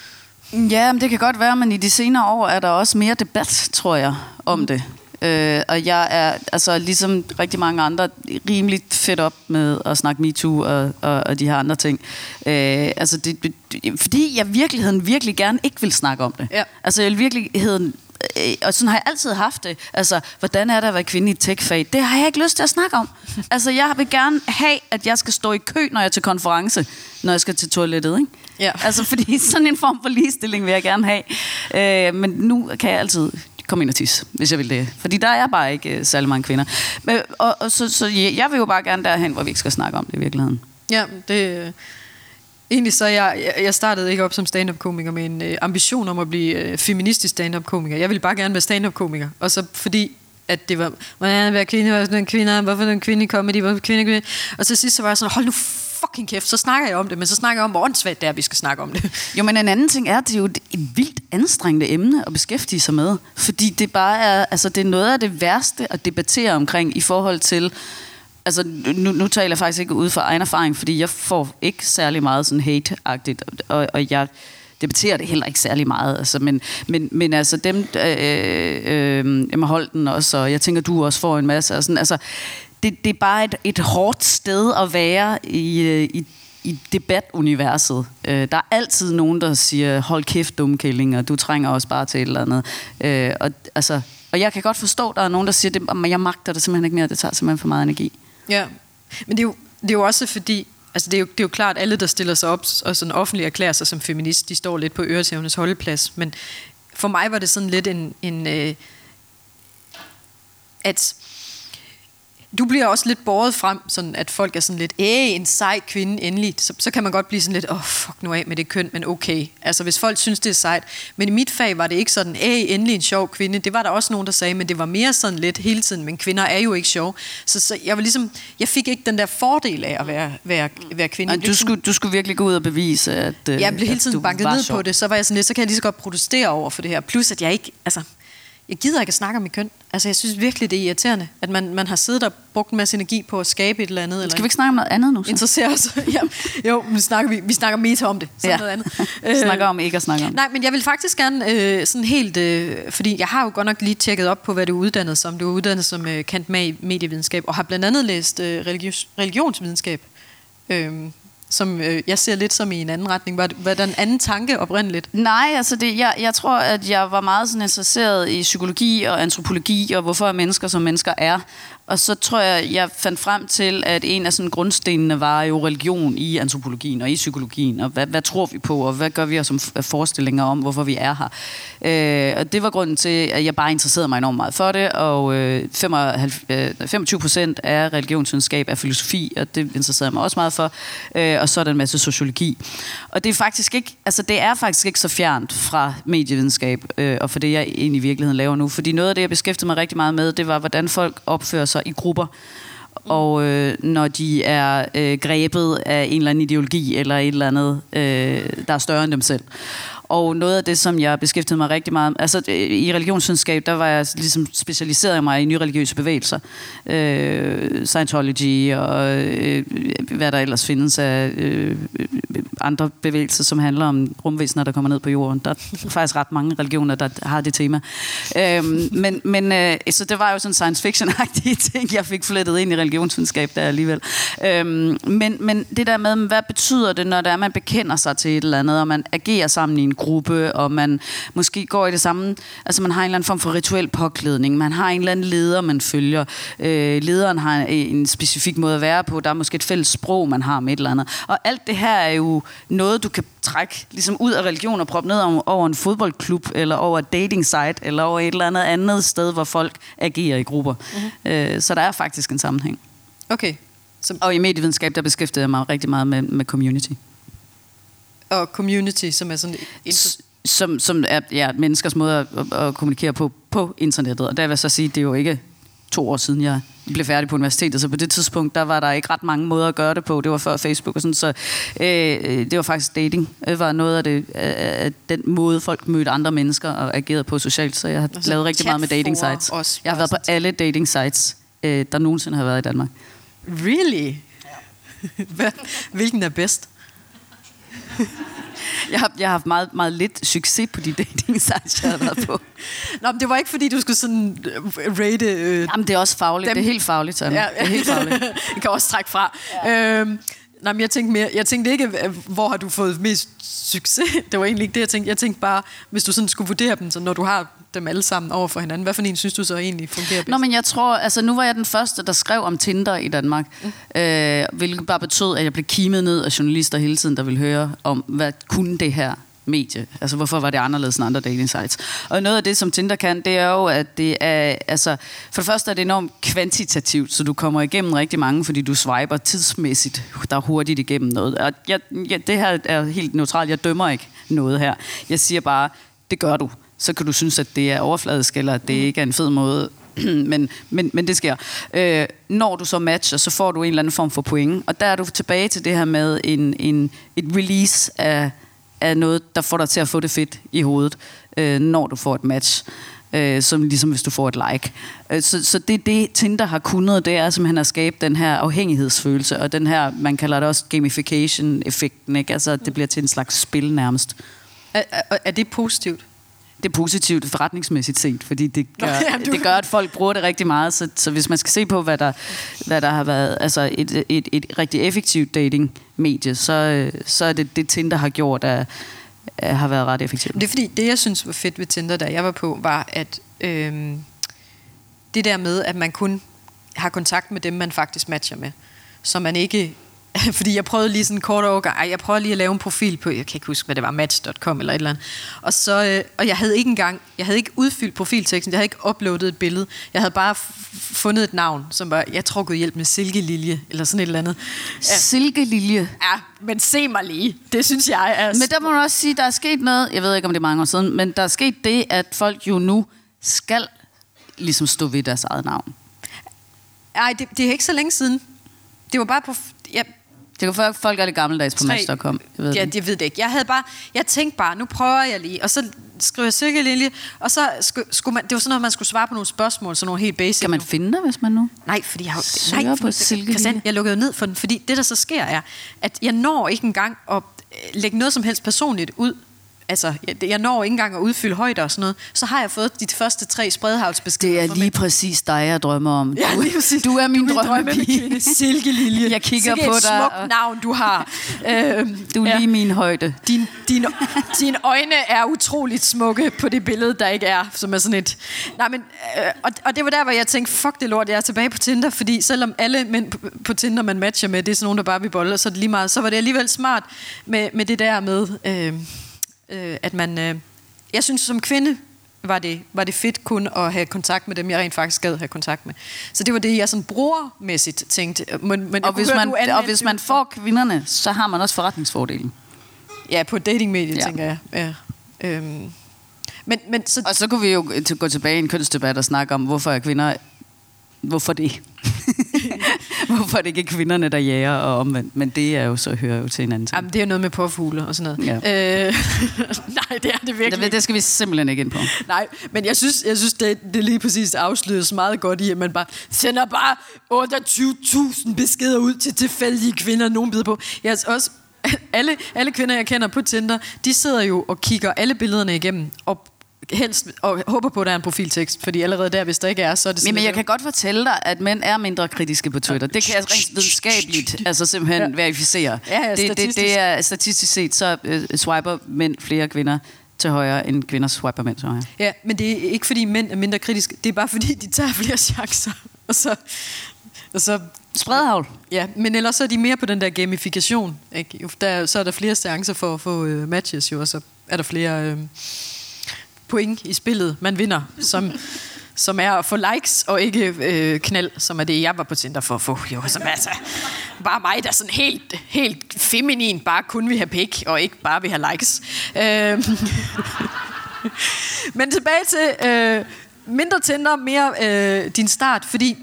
Speaker 2: Ja, men det kan godt være, men i de senere år er der også mere debat, tror jeg, om mm. det. Øh, og jeg er, altså ligesom rigtig mange andre, rimelig fedt op med at snakke MeToo og, og, og de her andre ting. Øh, altså det, det, fordi jeg i virkeligheden virkelig gerne ikke vil snakke om det. Ja. Altså jeg vil virkeligheden, øh, og sådan har jeg altid haft det. Altså, hvordan er det at være kvinde i et tech-fag? Det har jeg ikke lyst til at snakke om. Altså, jeg vil gerne have, at jeg skal stå i kø, når jeg er til konference, når jeg skal til toilettet, ikke? Ja. Altså, fordi sådan en form for ligestilling vil jeg gerne have. Øh, men nu kan jeg altid komme ind og tisse, hvis jeg vil det. Fordi der er bare ikke uh, særlig mange kvinder. Men, og, og så, så jeg vil jo bare gerne derhen, hvor vi ikke skal snakke om det i virkeligheden.
Speaker 1: Ja, det... Egentlig så jeg, jeg startede ikke op som stand-up-komiker med en øh, ambition om at blive øh, feministisk stand-up-komiker. Jeg ville bare gerne være stand-up-komiker. Og så fordi, at det var, hvordan er være kvinde, hvorfor den kvinde, hvorfor den kvinde i comedy, hvorfor kvinde, kvinde. Og så sidst så var jeg sådan, hold nu fucking kæft, så snakker jeg om det, men så snakker jeg om, hvor åndssvagt det er, vi skal snakke om det.
Speaker 2: Jo, men en anden ting er, at det er jo et vildt anstrengende emne at beskæftige sig med. Fordi det bare er, altså det er noget af det værste at debattere omkring i forhold til. Altså, nu, nu taler jeg faktisk ikke ud fra egen erfaring, fordi jeg får ikke særlig meget sådan hate-agtigt, og, og jeg debatterer det heller ikke særlig meget. Altså, men, men, men altså dem, øh, øh, Emma Holten også, og jeg tænker, du også får en masse. Og sådan, altså, det, det er bare et, et hårdt sted at være i, i, i debatuniverset. Øh, der er altid nogen, der siger, hold kæft, dumme kællinger, du trænger også bare til et eller andet. Øh, og, altså, og jeg kan godt forstå, at der er nogen, der siger, at jeg magter det simpelthen ikke mere, det tager simpelthen for meget energi.
Speaker 1: Ja, men det er jo, det er jo også fordi, altså det er, jo, det er jo klart, at alle, der stiller sig op og sådan offentligt erklærer sig som feminist, de står lidt på øretævernes holdeplads, men for mig var det sådan lidt en, en øh, at du bliver også lidt båret frem, sådan at folk er sådan lidt, æh, en sej kvinde endelig, så, så kan man godt blive sådan lidt, åh, oh, fuck nu af med det køn, men okay. Altså hvis folk synes, det er sejt. Men i mit fag var det ikke sådan, æh, endelig en sjov kvinde. Det var der også nogen, der sagde, men det var mere sådan lidt hele tiden, men kvinder er jo ikke sjov. Så, så jeg var ligesom, jeg fik ikke den der fordel af at være, være, være kvinde.
Speaker 2: Og du skulle, du skulle virkelig gå ud og bevise, at
Speaker 1: jeg blev hele tiden
Speaker 2: at
Speaker 1: banket ned sjov. På det, så var jeg sådan lidt, så kan jeg lige så godt protestere over for det her. Plus at jeg ikke, altså, jeg gider ikke at snakke om mit køn. Altså, jeg synes virkelig, det er irriterende, at man, man har siddet og brugt en masse energi på at skabe et eller andet. Eller
Speaker 2: skal vi ikke snakke om noget andet nu? Så?
Speaker 1: Interesserer os. Ja, jo, vi snakker, vi, vi snakker meta om det. Sådan ja. Noget andet.
Speaker 2: Vi snakker om ikke at snakke om.
Speaker 1: Nej, men jeg vil faktisk gerne øh, sådan helt... Øh, fordi jeg har jo godt nok lige tjekket op på, hvad du er uddannet som. Du er uddannet som øh, kant med medievidenskab, og har blandt andet læst øh, religions, religionsvidenskab. Øh, som øh, jeg ser lidt som i en anden retning. Var, var der en anden tanke oprindeligt?
Speaker 2: Nej, altså det, jeg, jeg tror, at jeg var meget sådan interesseret i psykologi og antropologi, og hvorfor mennesker som mennesker er. Og så tror jeg, jeg fandt frem til, at en af sådan grundstenene var jo religion i antropologien og i psykologien, og hvad, hvad tror vi på, og hvad gør vi os som forestillinger om, hvorfor vi er her. Øh, og det var grunden til, at jeg bare interesserede mig enormt meget for det, og øh, femogtyve procent af religionsvidenskab er filosofi, og det interesserede jeg mig også meget for, øh, og så er der en masse sociologi. Og det er faktisk ikke, altså det er faktisk ikke så fjernt fra medievidenskab, øh, og for det, jeg egentlig i virkeligheden laver nu, fordi noget af det, jeg beskæftigede mig rigtig meget med, det var, hvordan folk opfører sig i grupper, og øh, når de er øh, grebet af en eller anden ideologi eller et eller andet, øh, der er større end dem selv. Og noget af det, som jeg beskæftigede mig rigtig meget, altså i religionsvidenskab, der var jeg ligesom specialiseret mig i nyreligiøse bevægelser, øh, Scientology og øh, hvad der ellers findes af øh, andre bevægelser, som handler om rumvæsener, der kommer ned på jorden. Der er faktisk ret mange religioner, der har det tema. Øh, men men øh, så det var jo sådan science fiction-agtige ting, jeg fik flettet ind i religionsvidenskab der alligevel. Øh, men, men det der med, hvad betyder det, når det er, man bekender sig til et eller andet, og man agerer sammen i en gruppe, og man måske går i det samme, altså man har en eller anden form for rituel påklædning, man har en eller anden leder, man følger. Øh, lederen har en specifik måde at være på, der er måske et fælles sprog, man har med et eller andet. Og alt det her er jo noget, du kan trække ligesom ud af religion og proppe ned over en fodboldklub, eller over et dating site, eller over et eller andet andet sted, hvor folk agerer i grupper. Mm-hmm. Øh, så der er faktisk en sammenhæng.
Speaker 1: Okay.
Speaker 2: Så... Og i medievidenskab, der beskæftiger jeg mig rigtig meget med, med community.
Speaker 1: Og community, som er sådan...
Speaker 2: Som, som er ja, menneskers måde at, at kommunikere på på internettet. Og der vil jeg så sige, det er jo ikke to år siden, jeg blev færdig på universitetet, så på det tidspunkt, der var der ikke ret mange måder at gøre det på. Det var før Facebook og sådan, så øh, det var faktisk dating. Det var noget af det, øh, den måde, folk mødte andre mennesker og agerede på socialt, så jeg har altså, lavet rigtig meget med dating sites. Også, jeg har været på alle dating sites, øh, der nogensinde har været i Danmark.
Speaker 1: Really? Ja. Hvilken er bedst?
Speaker 2: Jeg har, jeg har haft meget, meget lidt succes på de dating sites, jeg har været på.
Speaker 1: Nå, men det var ikke, fordi du skulle sådan rate... Øh,
Speaker 2: Jamen, det er også fagligt. Dem. Det er helt fagligt, sådan. Ja, ja. Det er helt fagligt.
Speaker 1: Jeg kan også trække fra. Ja. Øhm, nej, men jeg tænkte, mere, jeg tænkte ikke, hvor har du fået mest succes? Det var egentlig ikke det, jeg tænkte. Jeg tænkte bare, hvis du sådan skulle vurdere dem, så når du har dem alle sammen over for hinanden, hvad for en synes du så egentlig fungerer bedst?
Speaker 2: Nå, men jeg tror, altså nu var jeg den første, der skrev om Tinder i Danmark, mm. øh, hvilket bare betød, at jeg blev kimet ned af journalister hele tiden, der ville høre om, hvad kunne det her medie? Altså, hvorfor var det anderledes end andre dating sites? Og noget af det, som Tinder kan, det er jo, at det er, altså, for det første er det enormt kvantitativt, så du kommer igennem rigtig mange, fordi du swiper tidsmæssigt, der er hurtigt igennem noget. Og jeg, jeg, det her er helt neutralt, jeg dømmer ikke noget her. Jeg siger bare, det gør du. Så kan du synes, at det er overfladisk, eller at det ikke er en fed måde, men, men, men det sker. Øh, når du så matcher, så får du en eller anden form for point, og der er du tilbage til det her med en, en, et release af, af noget, der får dig til at få det fedt i hovedet, øh, når du får et match. Øh, som ligesom hvis du får et like. Øh, så, så det det, Tinder har kunnet, det er simpelthen at skabe den her afhængighedsfølelse, og den her, man kalder det også gamification-effekten, ikke? Altså, det bliver til en slags spil nærmest.
Speaker 1: Er, er, er det positivt?
Speaker 2: Det er positivt forretningsmæssigt set, fordi det gør, Nå, ja, du... det gør, at folk bruger det rigtig meget. Så, så hvis man skal se på, hvad der, hvad der har været altså et, et, et rigtig effektivt dating-medie, så, så er det det, Tinder har gjort, at, at har været ret effektivt.
Speaker 1: Det er fordi, det jeg synes var fedt ved Tinder, da jeg var på, var, at øhm, det der med, at man kun har kontakt med dem, man faktisk matcher med. Så man ikke... Fordi jeg prøvede lige sådan en kort overgang. Ej, jeg prøvede lige at lave en profil på, jeg kan ikke huske, hvad det var, match punktum com eller et eller andet. Og, så, øh, og jeg havde ikke engang, jeg havde ikke udfyldt profilteksten, jeg havde ikke uploadet et billede. Jeg havde bare f- fundet et navn, som var, jeg tror, Gud hjælp med Silkelilje, eller sådan et eller andet.
Speaker 2: Ja. Silkelilje?
Speaker 1: Ja, men se mig lige. Det synes jeg er...
Speaker 2: Men der må man også sige, der er sket noget, jeg ved ikke, om det er mange år siden, men der er sket det, at folk jo nu skal ligesom stå ved deres eget navn.
Speaker 1: Nej, det, det er ikke så længe siden. Det var bare på... Jeg,
Speaker 2: Det kan være, folk er lidt gammeldags på match punktum com.
Speaker 1: Jeg ved ja, jeg ved det ikke. Jeg havde bare, jeg tænkte bare, nu prøver jeg lige, og så skriver jeg Silkelilje, og så skulle, skulle man, det var sådan noget, man skulle svare på nogle spørgsmål, sådan nogle helt basic.
Speaker 2: Kan man
Speaker 1: nu.
Speaker 2: finde det, hvis man nu?
Speaker 1: Nej, fordi jeg har
Speaker 2: Søger
Speaker 1: nej,
Speaker 2: på Silkelilje.
Speaker 1: Jeg lukkede ned for den, fordi det der så sker er, at jeg når ikke engang at lægge noget som helst personligt ud. Altså, jeg, jeg når ikke engang at udfylde højder og sådan noget. Så har jeg fået de første tre spredhavlsbeskeder.
Speaker 2: Det er lige præcis dig, jeg drømmer om.
Speaker 1: Ja,
Speaker 2: du, du er min drømmepige.
Speaker 1: Silkelilje.
Speaker 2: Jeg kigger på dig.
Speaker 1: Det er et smukt navn, du har.
Speaker 2: øhm, du er ja. lige min højde.
Speaker 1: Din, din, dine øjne er utroligt smukke på det billede, der ikke er. Som er sådan et... Nej, men... Øh, og, og det var der, hvor jeg tænkte, fuck det lort, jeg er tilbage på Tinder. Fordi selvom alle mænd på, på Tinder, man matcher med, det er sådan nogen, der bare vil bolle, så er det lige meget. Så var det alligevel smart med, med det der med... Øh, at man, øh, jeg synes som kvinde var det, var det fedt kun at have kontakt med dem, jeg rent faktisk gad have kontakt med. Så det var det, jeg sådan brugermæssigt tænkte. Men, men
Speaker 2: og, hvis man, og hvis man får kvinderne, så har man også forretningsfordelen.
Speaker 1: Ja, på datingmediet, ja. tænker jeg. Ja. Øhm. Men, men så
Speaker 2: og så kunne vi jo gå tilbage i en kønsdebat og snakke om, hvorfor er kvinder... Hvorfor det? Hvorfor er det ikke kvinderne, der jager og omvendt? Men det er jo så hører jo til en anden ting.
Speaker 1: Jamen, det er jo noget med påfugle og sådan noget. Ja. Øh, nej, det er det virkelig.
Speaker 2: Det, det skal vi simpelthen ikke ind på.
Speaker 1: Nej, men jeg synes, jeg synes det, det lige præcis afsløres meget godt i, at man bare sender bare otteogtyve tusind beskeder ud til tilfældige kvinder, nogen bider på. Jeg også alle, alle kvinder, jeg kender på Tinder, de sidder jo og kigger alle billederne igennem og helst og håber på, at der er en profiltekst, fordi allerede der, hvis der ikke er, så er det sådan...
Speaker 2: Men jeg kan godt fortælle dig, at mænd er mindre kritiske på Twitter. Det kan jeg rent videnskabeligt altså simpelthen ja. verificere.
Speaker 1: Ja, ja,
Speaker 2: det, det, det er statistisk set, så uh, swiper mænd flere kvinder til højre, end kvinder swiper mænd til højre.
Speaker 1: Ja, men det er ikke fordi mænd er mindre kritiske, det er bare fordi, de tager flere chancer. Og så... Og så
Speaker 2: spredhavl.
Speaker 1: Ja, men ellers så er de mere på den der gamifikation. Ikke? Der, så er der flere chancer for at få uh, matches, jo, og så er der flere... Uh, point i spillet, man vinder, som, som er at få likes og ikke øh, knald, som er det, jeg var på Tinder for at få. Jo, som altså, bare mig, der sådan helt, helt feminin, bare kun vil have pik, og ikke bare vil have likes. Øh, men tilbage til, øh, mindre Tinder, mere øh, din start, fordi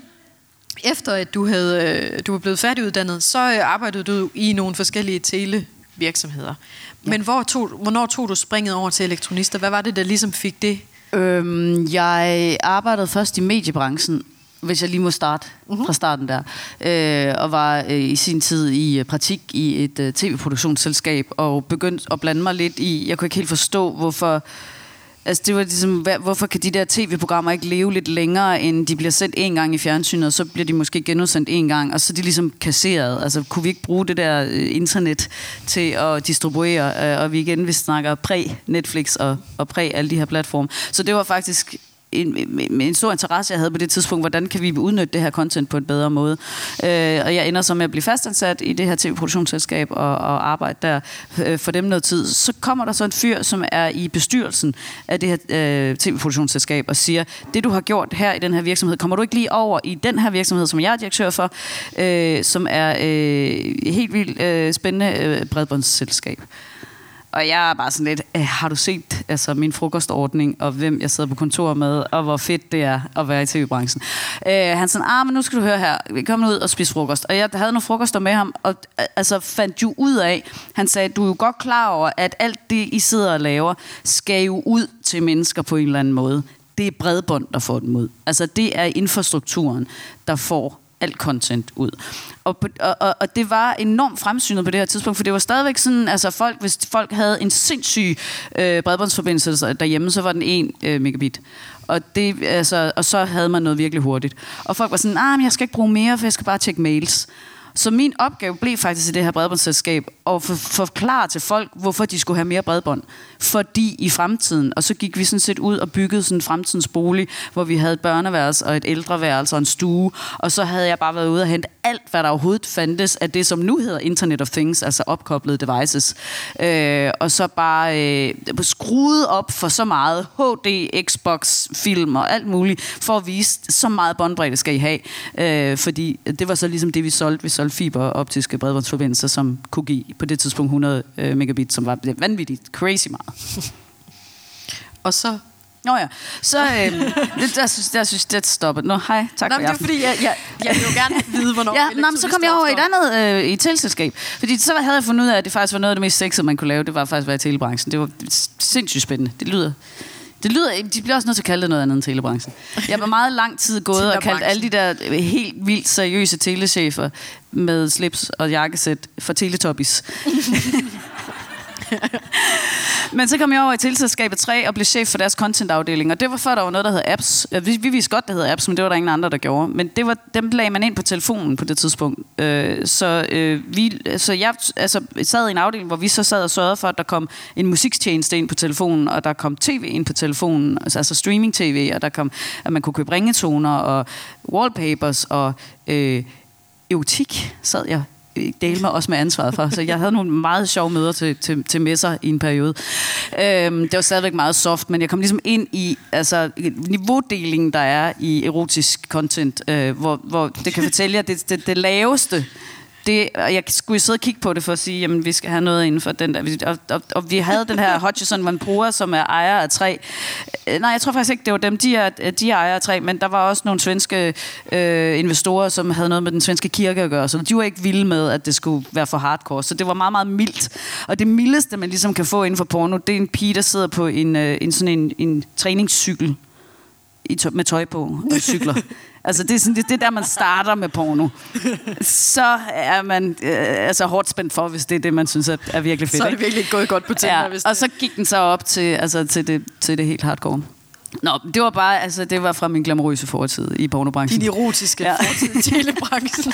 Speaker 1: efter at du havde øh, du var blevet færdiguddannet, så øh, arbejdede du i nogle forskellige televirksomheder. Ja. Men hvor tog, hvornår tog du springet over til elektronister? Hvad var det, der ligesom fik det?
Speaker 2: Øhm, jeg arbejdede først i mediebranchen, hvis jeg lige må starte uh-huh. fra starten der, øh, og var øh, i sin tid i praktik i et øh, tv-produktionsselskab, og begyndte at blande mig lidt i, jeg kunne ikke helt forstå, hvorfor, altså det var ligesom, hvorfor kan de der tv-programmer ikke leve lidt længere, end de bliver sendt en gang i fjernsynet, og så bliver de måske genudsendt en gang, og så er de ligesom kasseret. Altså kunne vi ikke bruge det der øh, internet til at distribuere, øh, og vi igen, vi snakker præ-Netflix og, og præ alle de her platforme. Så det var faktisk En, en, en stor interesse, jeg havde på det tidspunkt, hvordan kan vi udnytte det her content på en bedre måde. Øh, og jeg ender så med at blive fastansat i det her tv-produktionsselskab og, og arbejde der øh, for dem noget tid. Så kommer der så en fyr, som er i bestyrelsen af det her øh, tv-produktionsselskab og siger, det du har gjort her i den her virksomhed, kommer du ikke lige over i den her virksomhed, som jeg er direktør for, øh, som er øh, helt vildt øh, spændende øh, bredbåndsselskab. Og jeg er bare sådan lidt, har du set altså, min frokostordning, og hvem jeg sidder på kontor med, og hvor fedt det er at være i tv-branchen. Øh, han sagde, ah, men nu skal du høre her, vi kommer ud og spise frokost. Og jeg havde nogle frokoster med ham, og altså, fandt jo ud af, han sagde, du er jo godt klar over, at alt det, I sidder og laver, skal jo ud til mennesker på en eller anden måde. Det er bredbånd, der får dem ud. Altså, det er infrastrukturen, der får alt content ud. Og, og, og det var enormt fremsynet på det her tidspunkt, for det var stadigvæk sådan, altså folk, hvis folk havde en sindssyg øh, bredbåndsforbindelse derhjemme, så var den en øh, megabit. Og, det, altså, og så havde man noget virkelig hurtigt. Og folk var sådan, ah, men jeg skal ikke bruge mere, for jeg skal bare tjekke mails. Så min opgave blev faktisk i det her bredbåndsselskab at for, forklare til folk, hvorfor de skulle have mere bredbånd. Fordi i fremtiden, og så gik vi sådan set ud og byggede sådan en fremtidens bolig, hvor vi havde et børneværelse og et ældreværelse og en stue, og så havde jeg bare været ude og hente alt, hvad der overhovedet fandtes af det, som nu hedder Internet of Things, altså opkoblede devices. Øh, og så bare øh, skruet op for så meget H D, Xbox, film og alt muligt, for at vise, så meget båndbredde skal I have. Øh, fordi det var så ligesom det, vi solgte. Vi solgte fiberoptiske bredbåndsforbindelser, som kunne give på det tidspunkt hundrede øh, megabit, som var vanvittigt crazy meget.
Speaker 1: Og så...
Speaker 2: Nå ja, så øh, det, der synes jeg, synes, det stopper. Nå, hej, tak
Speaker 1: Nå,
Speaker 2: for jer.
Speaker 1: det er fordi, jeg, jeg, jeg vil jo gerne vide, hvornår
Speaker 2: ja, nå, så kom jeg over i et andet øh, i et teleselskab. Fordi så havde jeg fundet ud af, at det faktisk var noget af det mest sexede, man kunne lave. Det var faktisk at være i telebranchen. Det var sindssygt spændende. Det lyder... Det lyder, de bliver også nødt til at kalde det noget andet end telebranchen. Jeg var meget lang tid gået og kaldt alle de der helt vildt seriøse telechefer med slips og jakkesæt for teletubbies. Men så kom jeg over i teleselskabet tre og blev chef for deres contentafdeling, og det var før der var noget, der hed apps. Vi, vi vidste godt, der hed apps, men det var der ingen andre, der gjorde. Men det var, dem lagde man ind på telefonen på det tidspunkt. Øh, så, øh, vi, så jeg altså, sad i en afdeling, hvor vi så sad og sørgede for, at der kom en musiktjeneste ind på telefonen, og der kom tv ind på telefonen, altså streaming-tv, og der kom, at man kunne købe ringetoner og wallpapers og øh, erotik, sad jeg dele mig også med ansvaret for. Så jeg havde nogle meget sjove møder til, til, til messer i en periode. Øhm, det var stadigvæk meget soft, men jeg kom ligesom ind i altså, niveaudelingen, der er i erotisk content, øh, hvor, hvor det kan fortælle jer, det, det, det laveste. Det, jeg skulle sidde og kigge på det for at sige, jamen vi skal have noget inden for den der. Og, og, og vi havde den her Hutchison Vanpura, som er ejer af træ. Nej, jeg tror faktisk ikke, det var dem, de er, de er ejer af træ, men der var også nogle svenske øh, investorer, som havde noget med den svenske kirke at gøre, så de var ikke vilde med, at det skulle være for hardcore. Så det var meget, meget mildt. Og det mildeste, man ligesom kan få inden for porno, det er en pige, der sidder på en, øh, en sådan en, en træningscykel i tø- med tøj på og cykler. Altså det er, sådan, det, det er der, man starter med porno. Så er man øh, altså hårdt spændt for, hvis det er det, man synes er, er virkelig fedt.
Speaker 1: Så er det virkelig gået godt på Tinder.
Speaker 2: Ja,
Speaker 1: hvis
Speaker 2: og
Speaker 1: det...
Speaker 2: så gik den så op til, altså, til, det, til det helt hardcore. Nå, det var bare, altså det var fra min glamourøse fortid i pornobranchen.
Speaker 1: Din erotiske ja. fortid i telebranchen.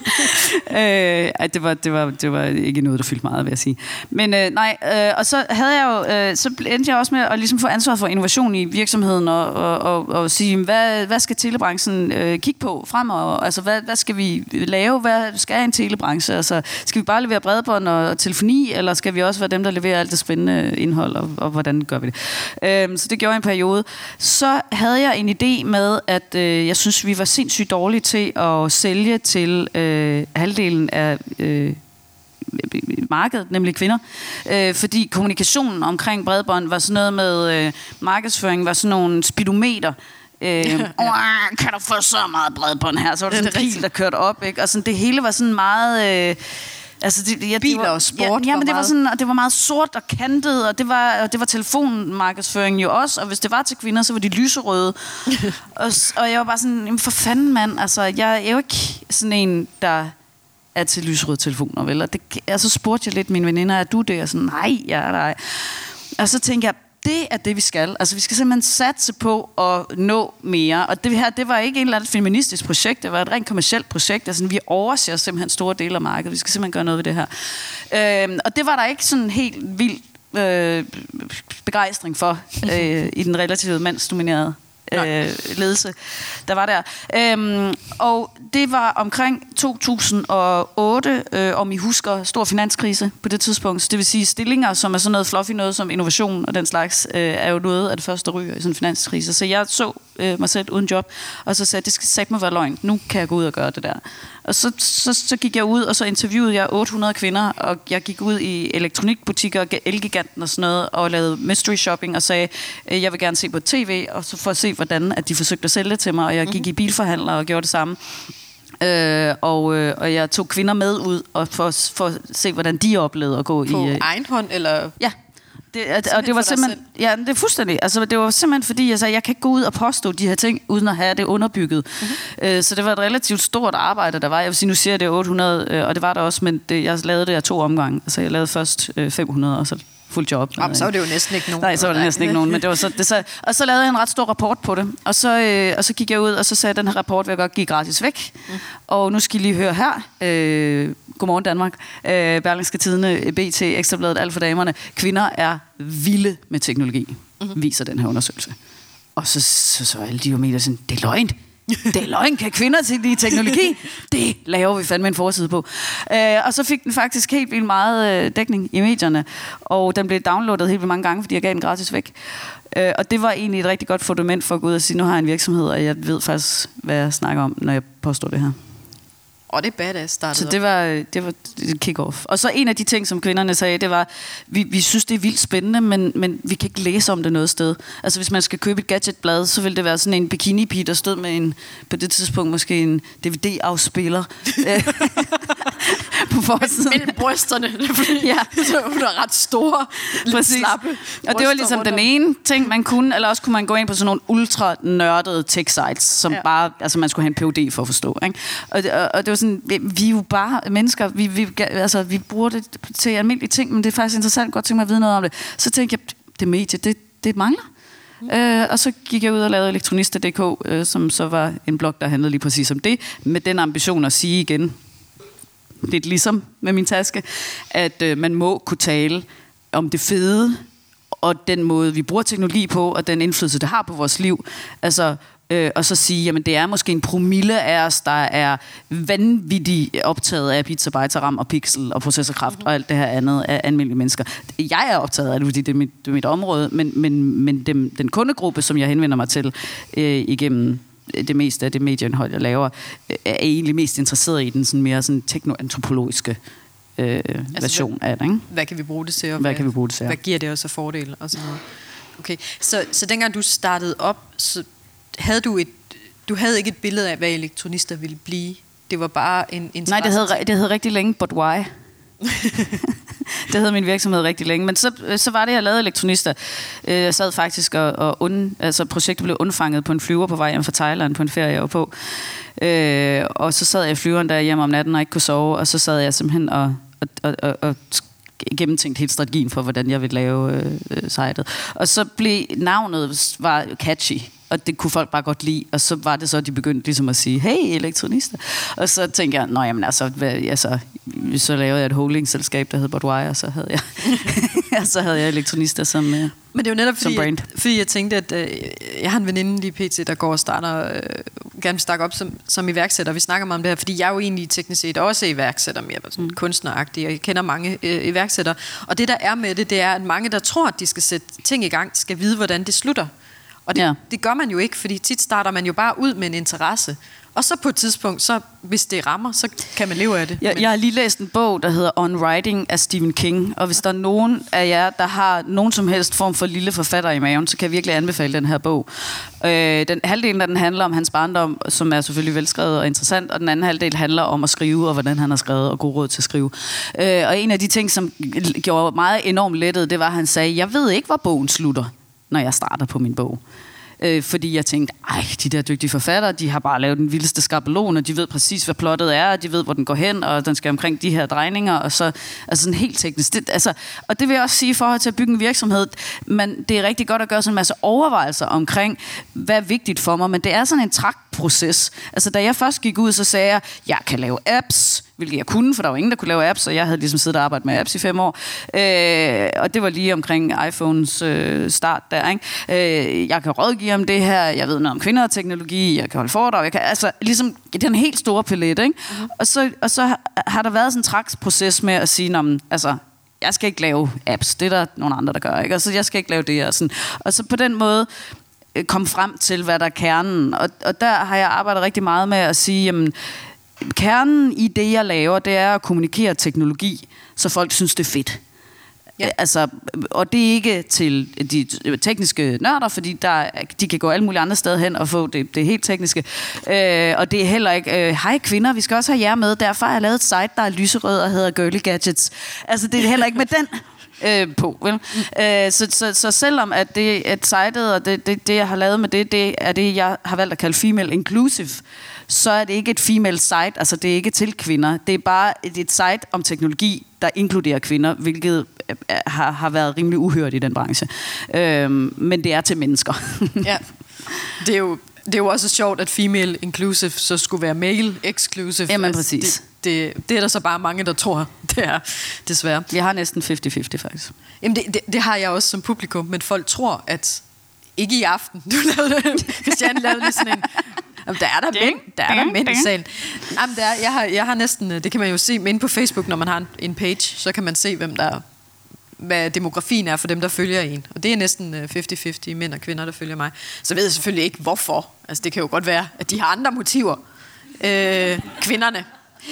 Speaker 2: øh, det, var, det, var, det var ikke noget, der fyldte meget, vil jeg sige. Men øh, nej, øh, og så havde jeg jo, øh, så endte jeg også med at ligesom få ansvar for innovation i virksomheden og, og, og, og sige, hvad, hvad skal telebranchen øh, kigge på fremover? Altså, hvad, hvad skal vi lave? Hvad skal en telebranche? Altså, skal vi bare levere bredbånd og, og telefoni, eller skal vi også være dem, der leverer alt det spændende indhold, og, og hvordan gør vi det? Øh, så det gjorde jeg en periode. Så havde jeg en idé med, at øh, jeg synes, vi var sindssygt dårlige til at sælge til øh, halvdelen af øh, markedet, nemlig kvinder. Øh, fordi kommunikationen omkring bredbånd var sådan noget med, øh, markedsføring var sådan nogle speedometer, Øh, kan du få så meget bredbånd her? Så var der sådan en pil, der kørte op, ikke? Og sådan, det hele var sådan meget... Øh, altså det, ja,
Speaker 1: biler
Speaker 2: det var,
Speaker 1: og sport.
Speaker 2: Ja, ja men det var
Speaker 1: meget...
Speaker 2: sådan, og det var meget sort og kantet, og det var, og det var telefonmarkedsføring jo også, og hvis det var til kvinder, så var de lyserøde. og, og jeg var bare sådan, jamen for fanden mand, altså jeg er jo ikke sådan en, der er til lyserøde telefoner, vel? Og det, altså spurgte jeg lidt mine veninder, er du det? Og sådan, nej, jeg er nej. Og så tænkte jeg, det er det, vi skal. Altså, vi skal simpelthen satse på at nå mere. Og det her, det var ikke en eller anden feministisk projekt, det var et rent kommercielt projekt. Altså, vi overser simpelthen store dele af markedet. Vi skal simpelthen gøre noget ved det her. Øhm, og det var der ikke sådan helt vild øh, begejstring for øh, i den relativt mandsdominerede øh, ledelse, der var der. Øhm, og det var omkring to tusind og otte, øh, om I husker, stor finanskrise på det tidspunkt. Det vil sige, stillinger, som er sådan noget fluffy noget, som innovation og den slags, øh, er jo noget af det første, der ryger i sådan en finanskrise. Så jeg så øh, mig selv uden job, og så sagde jeg, det skal satme være løgn. Nu kan jeg gå ud og gøre det der. Og så, så, så gik jeg ud, og så interviewede jeg otte hundrede kvinder, og jeg gik ud i elektronikbutikker, Elgiganten og sådan noget, og lavede mystery shopping, og sagde, øh, jeg vil gerne se på tv, og så for at se, hvordan at de forsøgte at sælge det til mig, og jeg gik i bilforhandler og gjorde det samme. Øh, og, øh, og jeg tog kvinder med ud, og for, for at se, hvordan de oplevede at gå
Speaker 1: på
Speaker 2: i...
Speaker 1: På egen hånd, eller...
Speaker 2: Ja. Det, og det var simpelthen, ja, det er fuldstændig. Altså, det var simpelthen fordi, jeg sagde, jeg kan ikke gå ud og påstå de her ting, uden at have det underbygget. Mm-hmm. Øh, så det var et relativt stort arbejde, der var. Jeg vil sige, nu siger jeg, det er otte hundrede, øh, og det var der også, men det, jeg lavede det af to omgange. Altså, jeg lavede først øh, fem hundrede, og så fuld job.
Speaker 1: Jamen, så var det jo næsten ikke nogen.
Speaker 2: Nej, så var det næsten ikke nogen, men det var så, det så, og så lavede jeg en ret stor rapport på det, og så, øh, og så gik jeg ud, og så sagde den her rapport, vil jeg godt give gratis væk, mm. og nu skal I lige høre her, øh, Godmorgen Danmark, øh, Berlingske Tidende, B T, Ekstrabladet, alt for damerne, kvinder er vilde med teknologi, mm-hmm. viser den her undersøgelse. Og så så, så alle de jo medier sådan, det er løgn. Det er løgn, kan kvinder til lide teknologi? Det laver vi fandme en forside på. Øh, og så fik den faktisk helt vildt meget øh, dækning i medierne, og den blev downloadet helt vildt mange gange, fordi jeg gav den gratis væk. Øh, og det var egentlig et rigtig godt fundament for at gå ud og sige, nu har jeg en virksomhed, og jeg ved faktisk, hvad jeg snakker om, når jeg påstår det her.
Speaker 1: Og det er badass startet.
Speaker 2: Så det var, det var et kick-off. Og så en af de ting, som kvinderne sagde, det var, vi, vi synes, det er vildt spændende, men, men vi kan ikke læse om det noget sted. Altså hvis man skal købe et gadgetblad, så vil det være sådan en bikini-pige, der stod med en, på det tidspunkt måske en D V D-afspiller. På forsiden.
Speaker 1: Mellem brysterne.
Speaker 2: Ja.
Speaker 1: Så hun er ret store, lidt slappe.
Speaker 2: Og det var ligesom den ene ting, man kunne, eller også kunne man gå ind på sådan nogle ultra-nørdede tech-sites, som ja. bare, altså man skulle have en P H D for at forstå. Ikke? Og, og, og det var sådan, vi, vi er jo bare mennesker, vi, vi, altså, vi bruger det til almindelige ting, men det er faktisk interessant, godt tænke mig at vide noget om det. Så tænkte jeg, det medie, det, det mangler. Mm. Øh, og så gik jeg ud og lavede elektronista punktum d k, øh, som så var en blog, der handlede lige præcis om det, med den ambition at sige igen, lidt ligesom med min taske, at øh, man må kunne tale om det fede, og den måde, vi bruger teknologi på, og den indflydelse, det har på vores liv. Altså, øh, og så sige, jamen det er måske en promille af os, der er vanvittigt optaget af pizzabyte, RAM og pixel og processorkraft mm-hmm. og alt det her andet af almindelige mennesker. Jeg er optaget af det, fordi det er mit, det er mit område, men, men, men dem, den kundegruppe, som jeg henvender mig til øh, igennem det meste af det medieindhold, jeg laver, er egentlig mest interesseret i den sådan mere sådan teknoantropologiske øh, altså, version
Speaker 1: hvad,
Speaker 2: af det. Ikke?
Speaker 1: Hvad kan vi bruge det til? Og
Speaker 2: hvad,
Speaker 1: hvad
Speaker 2: kan vi bruge det til?
Speaker 1: Hvad giver det også af fordele? Og sådan noget. Okay, så, så dengang du startede op, så havde du et, du havde ikke et billede af, hvad elektronister ville blive. Det var bare en interesse.
Speaker 2: Nej, det hed, det hed rigtig længe, but why? Det havde min virksomhed rigtig længe. Men så, så var det, jeg lavede elektronister. Jeg sad faktisk og, og und, altså projektet blev undfanget på en flyver på vej hjem fra Thailand på en ferie, jeg var på. Øh, og så sad jeg i flyveren der hjemme om natten og ikke kunne sove, og så sad jeg simpelthen og, og, og, og, og gennemtænkt hele strategien for, hvordan jeg ville lave øh, sitet. Og så blev navnet var catchy, og det kunne folk bare godt lide, og så var det så, at de begyndte ligesom at sige, hey, elektronister. Og så tænkte jeg, nå jamen altså, hvad, altså så lavede jeg et holdingselskab, der hed Budweiser, og så havde jeg, så havde jeg elektronister som øh,
Speaker 1: Men det er jo netop fordi, jeg, fordi jeg tænkte, at øh, jeg har en veninde lige pt, der går og starter, øh, gerne vil starte op som, som iværksætter. Vi snakker meget om det her, fordi jeg er jo egentlig teknisk set også iværksætter, mere sådan mm. kunstneragtig, og jeg kender mange øh, iværksættere. Og det der er med det, det er, at mange, der tror, at de skal sætte ting i gang, skal vide, hvordan det slutter. Og det,
Speaker 2: ja.
Speaker 1: det gør man jo ikke, fordi tit starter man jo bare ud med en interesse. Og så på et tidspunkt, så, hvis det rammer, så kan man leve af det.
Speaker 2: Jeg, jeg har lige læst en bog, der hedder On Writing af Stephen King. Og hvis der er nogen af jer, der har nogen som helst form for lille forfatter i maven, så kan jeg virkelig anbefale den her bog. Øh, den halvdelen af den handler om hans barndom, som er selvfølgelig velskrevet og interessant. Og den anden halvdel handler om at skrive, og hvordan han har skrevet, og god råd til at skrive. Øh, og en af de ting, som gjorde meget enormt lettet, det var, at han sagde, jeg ved ikke, hvor bogen slutter, når jeg starter på min bog. Øh, fordi jeg tænkte, ej, de der dygtige forfattere, de har bare lavet den vildeste skabelon, og de ved præcis, hvad plottet er, og de ved, hvor den går hen, og den skal omkring de her drejninger, og så altså sådan helt teknisk. Det, altså, og det vil jeg også sige i forhold til at bygge en virksomhed, men det er rigtig godt at gøre sådan en masse overvejelser omkring, hvad er vigtigt for mig, men det er sådan en tragtproces. Altså, da jeg først gik ud, så sagde jeg, jeg kan lave apps, hvilket jeg kunne, for der var ingen, der kunne lave apps, og jeg havde ligesom siddet og arbejdet med apps i fem år. Øh, og det var lige omkring iPhones øh, start der, ikke? Øh, jeg kan rådgive om det her, jeg ved noget om kvinder og teknologi, jeg kan holde foredrag, jeg kan, altså ligesom, det er en helt stor palet, ikke? Mm-hmm. Og, så, og så har der været sådan en traksproces med at sige, om, altså, jeg skal ikke lave apps, det er der nogle andre, der gør, ikke? Altså, jeg skal ikke lave det, og sådan. Og så på den måde øh, komme frem til, hvad der er kernen. Og, og der har jeg arbejdet rigtig meget med at sige, jamen, kernen i det, jeg laver, det er at kommunikere teknologi, så folk synes, det er fedt. Ja. Altså, og det er ikke til de tekniske nørder, fordi der, de kan gå alle mulige andre steder hen og få det, det helt tekniske. Øh, og det er heller ikke, øh, hej kvinder, vi skal også have jer med. Derfor har jeg lavet et site, der er lyserød og hedder Girly Gadgets. Altså, det er heller ikke med den øh, på. Vel? Mm. Øh, så, så, så selvom at det er et site, og det, det, det, jeg har lavet med det, det er det, jeg har valgt at kalde female inclusive, så er det ikke et female site, altså det er ikke til kvinder. Det er bare et, et site om teknologi, der inkluderer kvinder, hvilket har, har været rimelig uhørt i den branche. Øhm, men det er til mennesker.
Speaker 1: Ja, det er jo det er jo også sjovt, at female inclusive så skulle være male exclusive.
Speaker 2: Jamen
Speaker 1: altså,
Speaker 2: præcis.
Speaker 1: Det, det, det er der så bare mange, der tror, det er desværre.
Speaker 2: Jeg har næsten halvtreds halvtreds faktisk.
Speaker 1: Jamen det, det, det har jeg også som publikum, men folk tror, at ikke i aften. Du lavede, Christiane lavede lige sådan en... Jamen, der er der mænd, der er der mænd i salen. Jamen, der er, jeg, har, jeg har næsten, det kan man jo se inde på Facebook, når man har en, en page, så kan man se, hvem der, hvad demografien er for dem, der følger en. Og det er næsten halvtreds halvtreds mænd og kvinder, der følger mig. Så ved jeg selvfølgelig ikke, hvorfor. Altså, det kan jo godt være, at de har andre motiver. Øh, kvinderne.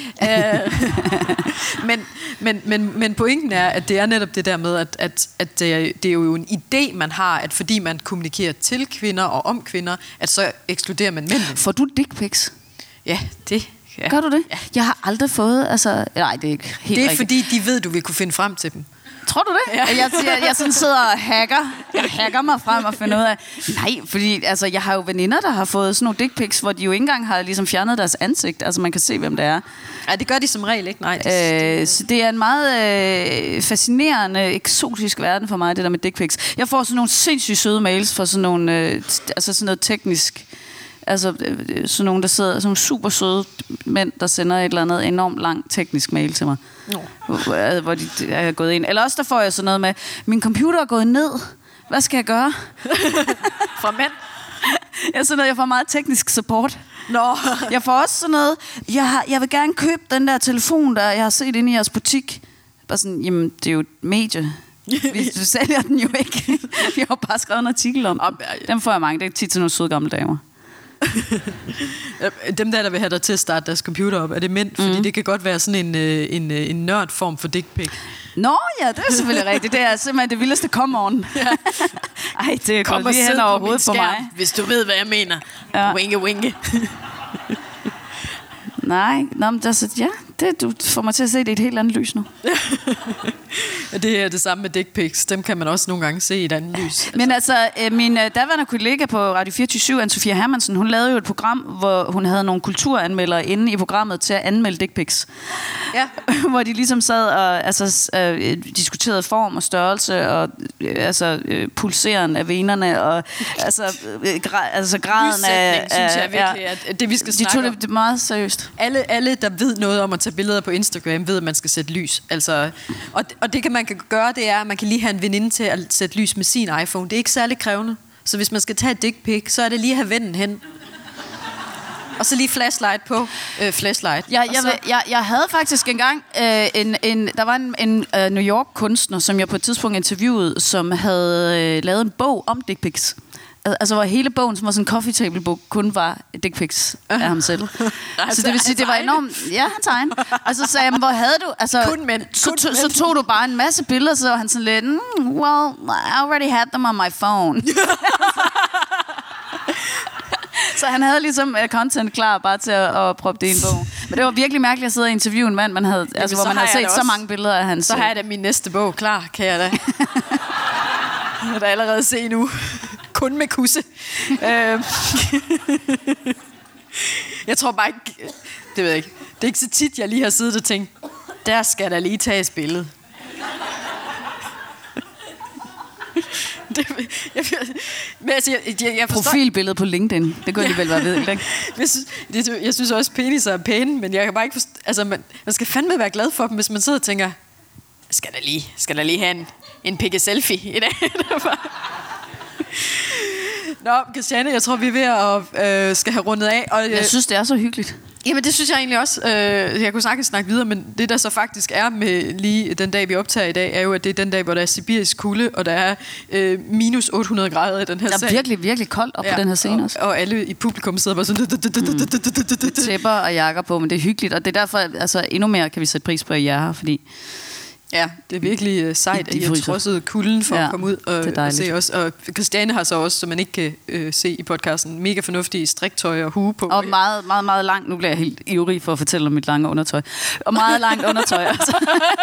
Speaker 1: øh, men, men, men, men pointen er, at det er netop det der med, at, at, at det, er, det er jo en idé, man har, at fordi man kommunikerer til kvinder og om kvinder, at så ekskluderer man mændene.
Speaker 2: Får du dick pics?
Speaker 1: Ja, det... Ja.
Speaker 2: Gør du det?
Speaker 1: Ja.
Speaker 2: Jeg har aldrig fået, altså... Nej, det er ikke helt
Speaker 1: Det er
Speaker 2: rigtigt.
Speaker 1: fordi, de ved, du vil kunne finde frem til dem.
Speaker 2: Tror du det? Ja. Jeg, jeg, jeg sådan sidder og hacker. Jeg hacker mig frem og finder ud af... Nej, fordi altså, jeg har jo veninder, der har fået sådan nogle dick pics, hvor de jo ikke engang har ligesom fjernet deres ansigt. Altså, man kan se, hvem det er.
Speaker 1: Ja, det gør de som regel ikke, nej. Det,
Speaker 2: øh, så det er en meget øh, fascinerende, eksotisk verden for mig, det der med dick pics. Jeg får sådan nogle sindssygt søde mails fra sådan nogle... Øh, altså sådan noget teknisk... Altså øh, sådan nogle, der sidder... Sådan nogle super søde mænd, der sender et eller andet enormt langt teknisk mail til mig. No. Hvor, hvor de er gået ind. Eller også der får jeg sådan noget med, min computer er gået ned. Hvad skal jeg gøre?
Speaker 1: Fra mænd?
Speaker 2: Jeg, sådan noget, jeg får meget teknisk support.
Speaker 1: Nå. Jeg
Speaker 2: får også sådan noget, jeg, har, jeg vil gerne købe den der telefon, der jeg har set inde i jeres butik. Bare sådan, jamen, det er jo et medie. Vi sælger den jo ikke. Vi har jo bare skrevet en artikel om den. Dem får jeg mange. Det er tit til nogle søde gamle damer.
Speaker 1: Dem der, der vil have dig til at starte deres computer op, er det mænd? Fordi mm. det kan godt være sådan en, en, en nørdform for dick pic.
Speaker 2: Nå ja, det er selvfølgelig rigtigt. Det er simpelthen det vildeste come-on. Ja. Ej, det
Speaker 1: kom
Speaker 2: lige hen over hovedet på mig.
Speaker 1: Hvis du ved, hvad jeg mener. Ja. Winge, winge.
Speaker 2: Nej, nå, men altså, ja, det, du får mig til at se det i et helt andet lys nu.
Speaker 1: Det er det samme med dick pics. Dem kan man også nogle gange se i et andet lys.
Speaker 2: Men altså, min daværende kollega på Radio fireogtyve syv, Anne-Sophia Hermansen, hun lavede jo et program, hvor hun havde nogle kulturanmeldere inde i programmet til at anmelde dick pics. Ja. Hvor de ligesom sad og altså, øh, diskuterede form og størrelse og øh, altså, øh, pulseren af venerne og altså, øh, gra- altså graden af...
Speaker 1: synes jeg virkelig, ja, at det vi skal snakke om.
Speaker 2: De tog det meget seriøst.
Speaker 1: Alle, alle, der ved noget om at tage billeder på Instagram, ved, at man skal sætte lys. Altså, og, og det kan man kan gøre, det er, at man kan lige have en veninde til at sætte lys med sin iPhone. Det er ikke særlig krævende. Så hvis man skal tage et dick pic, så er det lige at have vennen hen. Og så lige flashlight på. Øh, flashlight.
Speaker 2: Ja, jeg, så... jeg, jeg havde faktisk engang øh, en, en... Der var en, en uh, New York-kunstner, som jeg på et tidspunkt interviewede, som havde øh, lavet en bog om dick pics. Altså, hvor hele bogen, som var sådan en coffee table bog, kun var dick pics af ham selv. Så det vil sige, det var enormt... Ja, hans egen. Og så sagde jeg, hvor havde du... Altså,
Speaker 1: kun mænd.
Speaker 2: Så, to, så tog du bare en masse billeder, så var han sådan lidt... Mm, well, I already had them on my phone. Så han havde ligesom uh, content klar bare til at, at proppe det i en bog. Men det var virkelig mærkeligt at sidde og interviewe en mand, man havde, Jamen, altså, hvor man havde set så mange billeder af hans...
Speaker 1: Så har jeg da min næste bog klar, kan jeg da. Jeg kan da allerede se nu. Kun med kusse. Jeg tror bare ikke... Det ved jeg ikke. Det er ikke så tit, jeg lige har siddet og tænkt, der skal der lige tages billede. Det, jeg, men altså, jeg, jeg, jeg forstår...
Speaker 2: Profilbillede på LinkedIn. Det kunne alligevel være ved, ikke?
Speaker 1: jeg, synes, det, jeg synes også, peniser er pæne, men jeg kan bare ikke forstå... Altså, man, man skal fandme være glad for dem, hvis man sidder og tænker, skal der lige, skal der lige have en, en pikke-selfie i dag? Nå, Christiane, jeg tror, vi er ved at øh, skal have rundet af. Og, øh,
Speaker 2: jeg synes, det er så hyggeligt.
Speaker 1: Jamen, det synes jeg egentlig også. Øh, jeg kunne sagtens snakke videre, men det, der så faktisk er med lige den dag, vi optager i dag, er jo, at det er den dag, hvor der er sibirisk kulde, og der er øh, minus otte hundrede grader i den her sal.
Speaker 2: Der er virkelig, virkelig koldt op ja, på den her scene også.
Speaker 1: Og, og alle i publikum sidder bare sådan...
Speaker 2: Mm. Tæpper og jakker på, men det er hyggeligt, og det er derfor, altså endnu mere kan vi sætte pris på, at I er her, fordi...
Speaker 1: Ja, det er virkelig uh, sejt, at I har trodset kulden for ja, at komme ud og, og se os. Og Christiane har så også, som man ikke kan uh, se i podcasten, mega fornuftige striktøj og hue på.
Speaker 2: Og meget, meget, meget langt. Nu bliver jeg helt ivrig for at fortælle om mit lange undertøj. Og meget langt undertøj. Altså.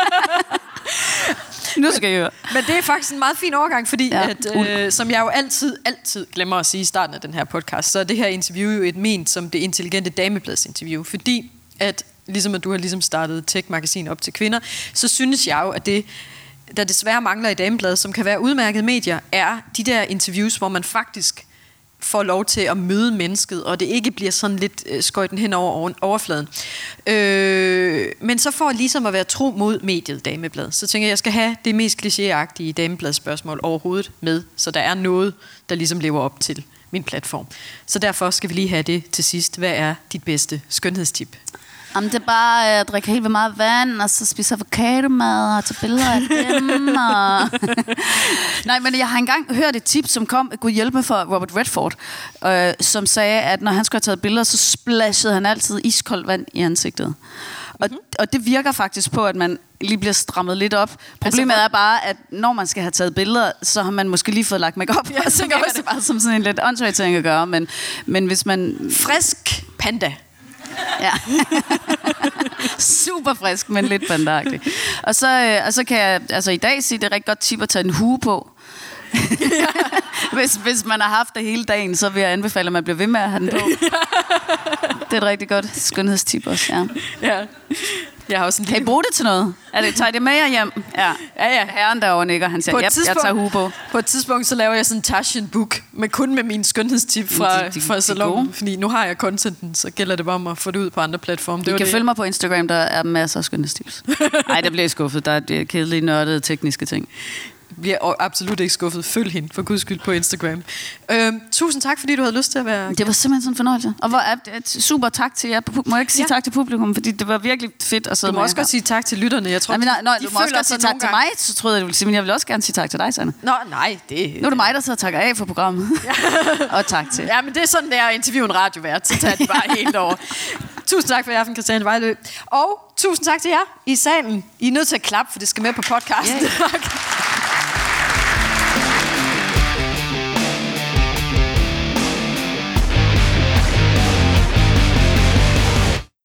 Speaker 2: Nu skal jeg høre.
Speaker 1: Men det er faktisk en meget fin overgang, fordi ja. at, øh, som jeg jo altid, altid glemmer at sige i starten af den her podcast, så er det her interview jo et ment som det intelligente damebladsinterview, fordi at ligesom at du har ligesom startet tech-magasin op til kvinder, så synes jeg jo, at det, der desværre mangler i damebladet, som kan være udmærket medier, er de der interviews, hvor man faktisk får lov til at møde mennesket, og det ikke bliver sådan lidt øh, skøjten hen over overfladen. Øh, men så for ligesom at være tro mod mediet dameblad, så tænker jeg, jeg skal have det mest klichéagtige damebladspørgsmål overhovedet med, så der er noget, der ligesom lever op til min platform. Så derfor skal vi lige have det til sidst. Hvad er dit bedste skønhedstip?
Speaker 2: Jamen, det er bare at drikke helt vildt meget vand, og så spise avocadomad og tage billeder af dem. Og nej, men jeg har engang hørt et tip, som kom, Gud hjælpe fra Robert Redford, øh, som sagde, at når han skulle have taget billeder, så splashede han altid iskoldt vand i ansigtet. Og, mm-hmm. og det virker faktisk på, at man lige bliver strammet lidt op. Problemet altså, er bare, at når man skal have taget billeder, så har man måske lige fået lagt make-up. Ja, så virker det bare som sådan en lidt åndssvagt ting at gøre. Men, men hvis man...
Speaker 1: Frisk panda.
Speaker 2: Ja. Super frisk, men lidt pandagtig. Og så, øh, og så kan jeg altså i dag sige, det er rigtig godt tip at tage en hue på. hvis, hvis man har haft det hele dagen, så vil jeg anbefale, at man bliver ved med at have den på. Det er et rigtig godt skønhedstip også, ja.
Speaker 1: Ja. Jeg har også en
Speaker 2: kan I bruge det til noget? Er det, tager det med jer hjem? Ja, ja, ja. Herren derovre nikker, han siger, ja, jeg tager hue på.
Speaker 1: På et tidspunkt, så laver jeg sådan en Taschen-book, men kun med mine skønhedstip fra, de, de, fra salon. Fordi nu har jeg contenten, så gælder det bare om at få det ud på andre platforme.
Speaker 2: I kan det. Følge mig på Instagram, der er masser af skønhedstips. Nej, der bliver jeg skuffet. Der er kedelige, nørdede, tekniske ting.
Speaker 1: Bliver absolut ikke skuffet. Følg hende, for guds skyld, på Instagram. Øhm, tusind tak, fordi du havde lyst til at være...
Speaker 2: Det var simpelthen sådan en fornøjelse. Og hvor er det, super tak til jer. Må jeg ikke sige ja. Tak til publikum, fordi det var virkelig fedt at sidde med.
Speaker 1: Du må også godt sige tak til lytterne. Jeg tror, nej, men, nej,
Speaker 2: nej, du må også godt sige tak til mig, så troede jeg, du ville sige, men jeg vil også gerne sige tak til dig, Sanne.
Speaker 1: Nå, nej, det...
Speaker 2: Nu er det mig, der sidder og takker af for programmet. Ja. Og tak til.
Speaker 1: Ja, men det er sådan, det er at interviewe en radiovært, så tager det bare helt over. Tusind tak for i aften, Christiane Vejlø. Og tusind tak til jer i salen. I er nødt til at klappe, for det skal med på podcast. Yeah.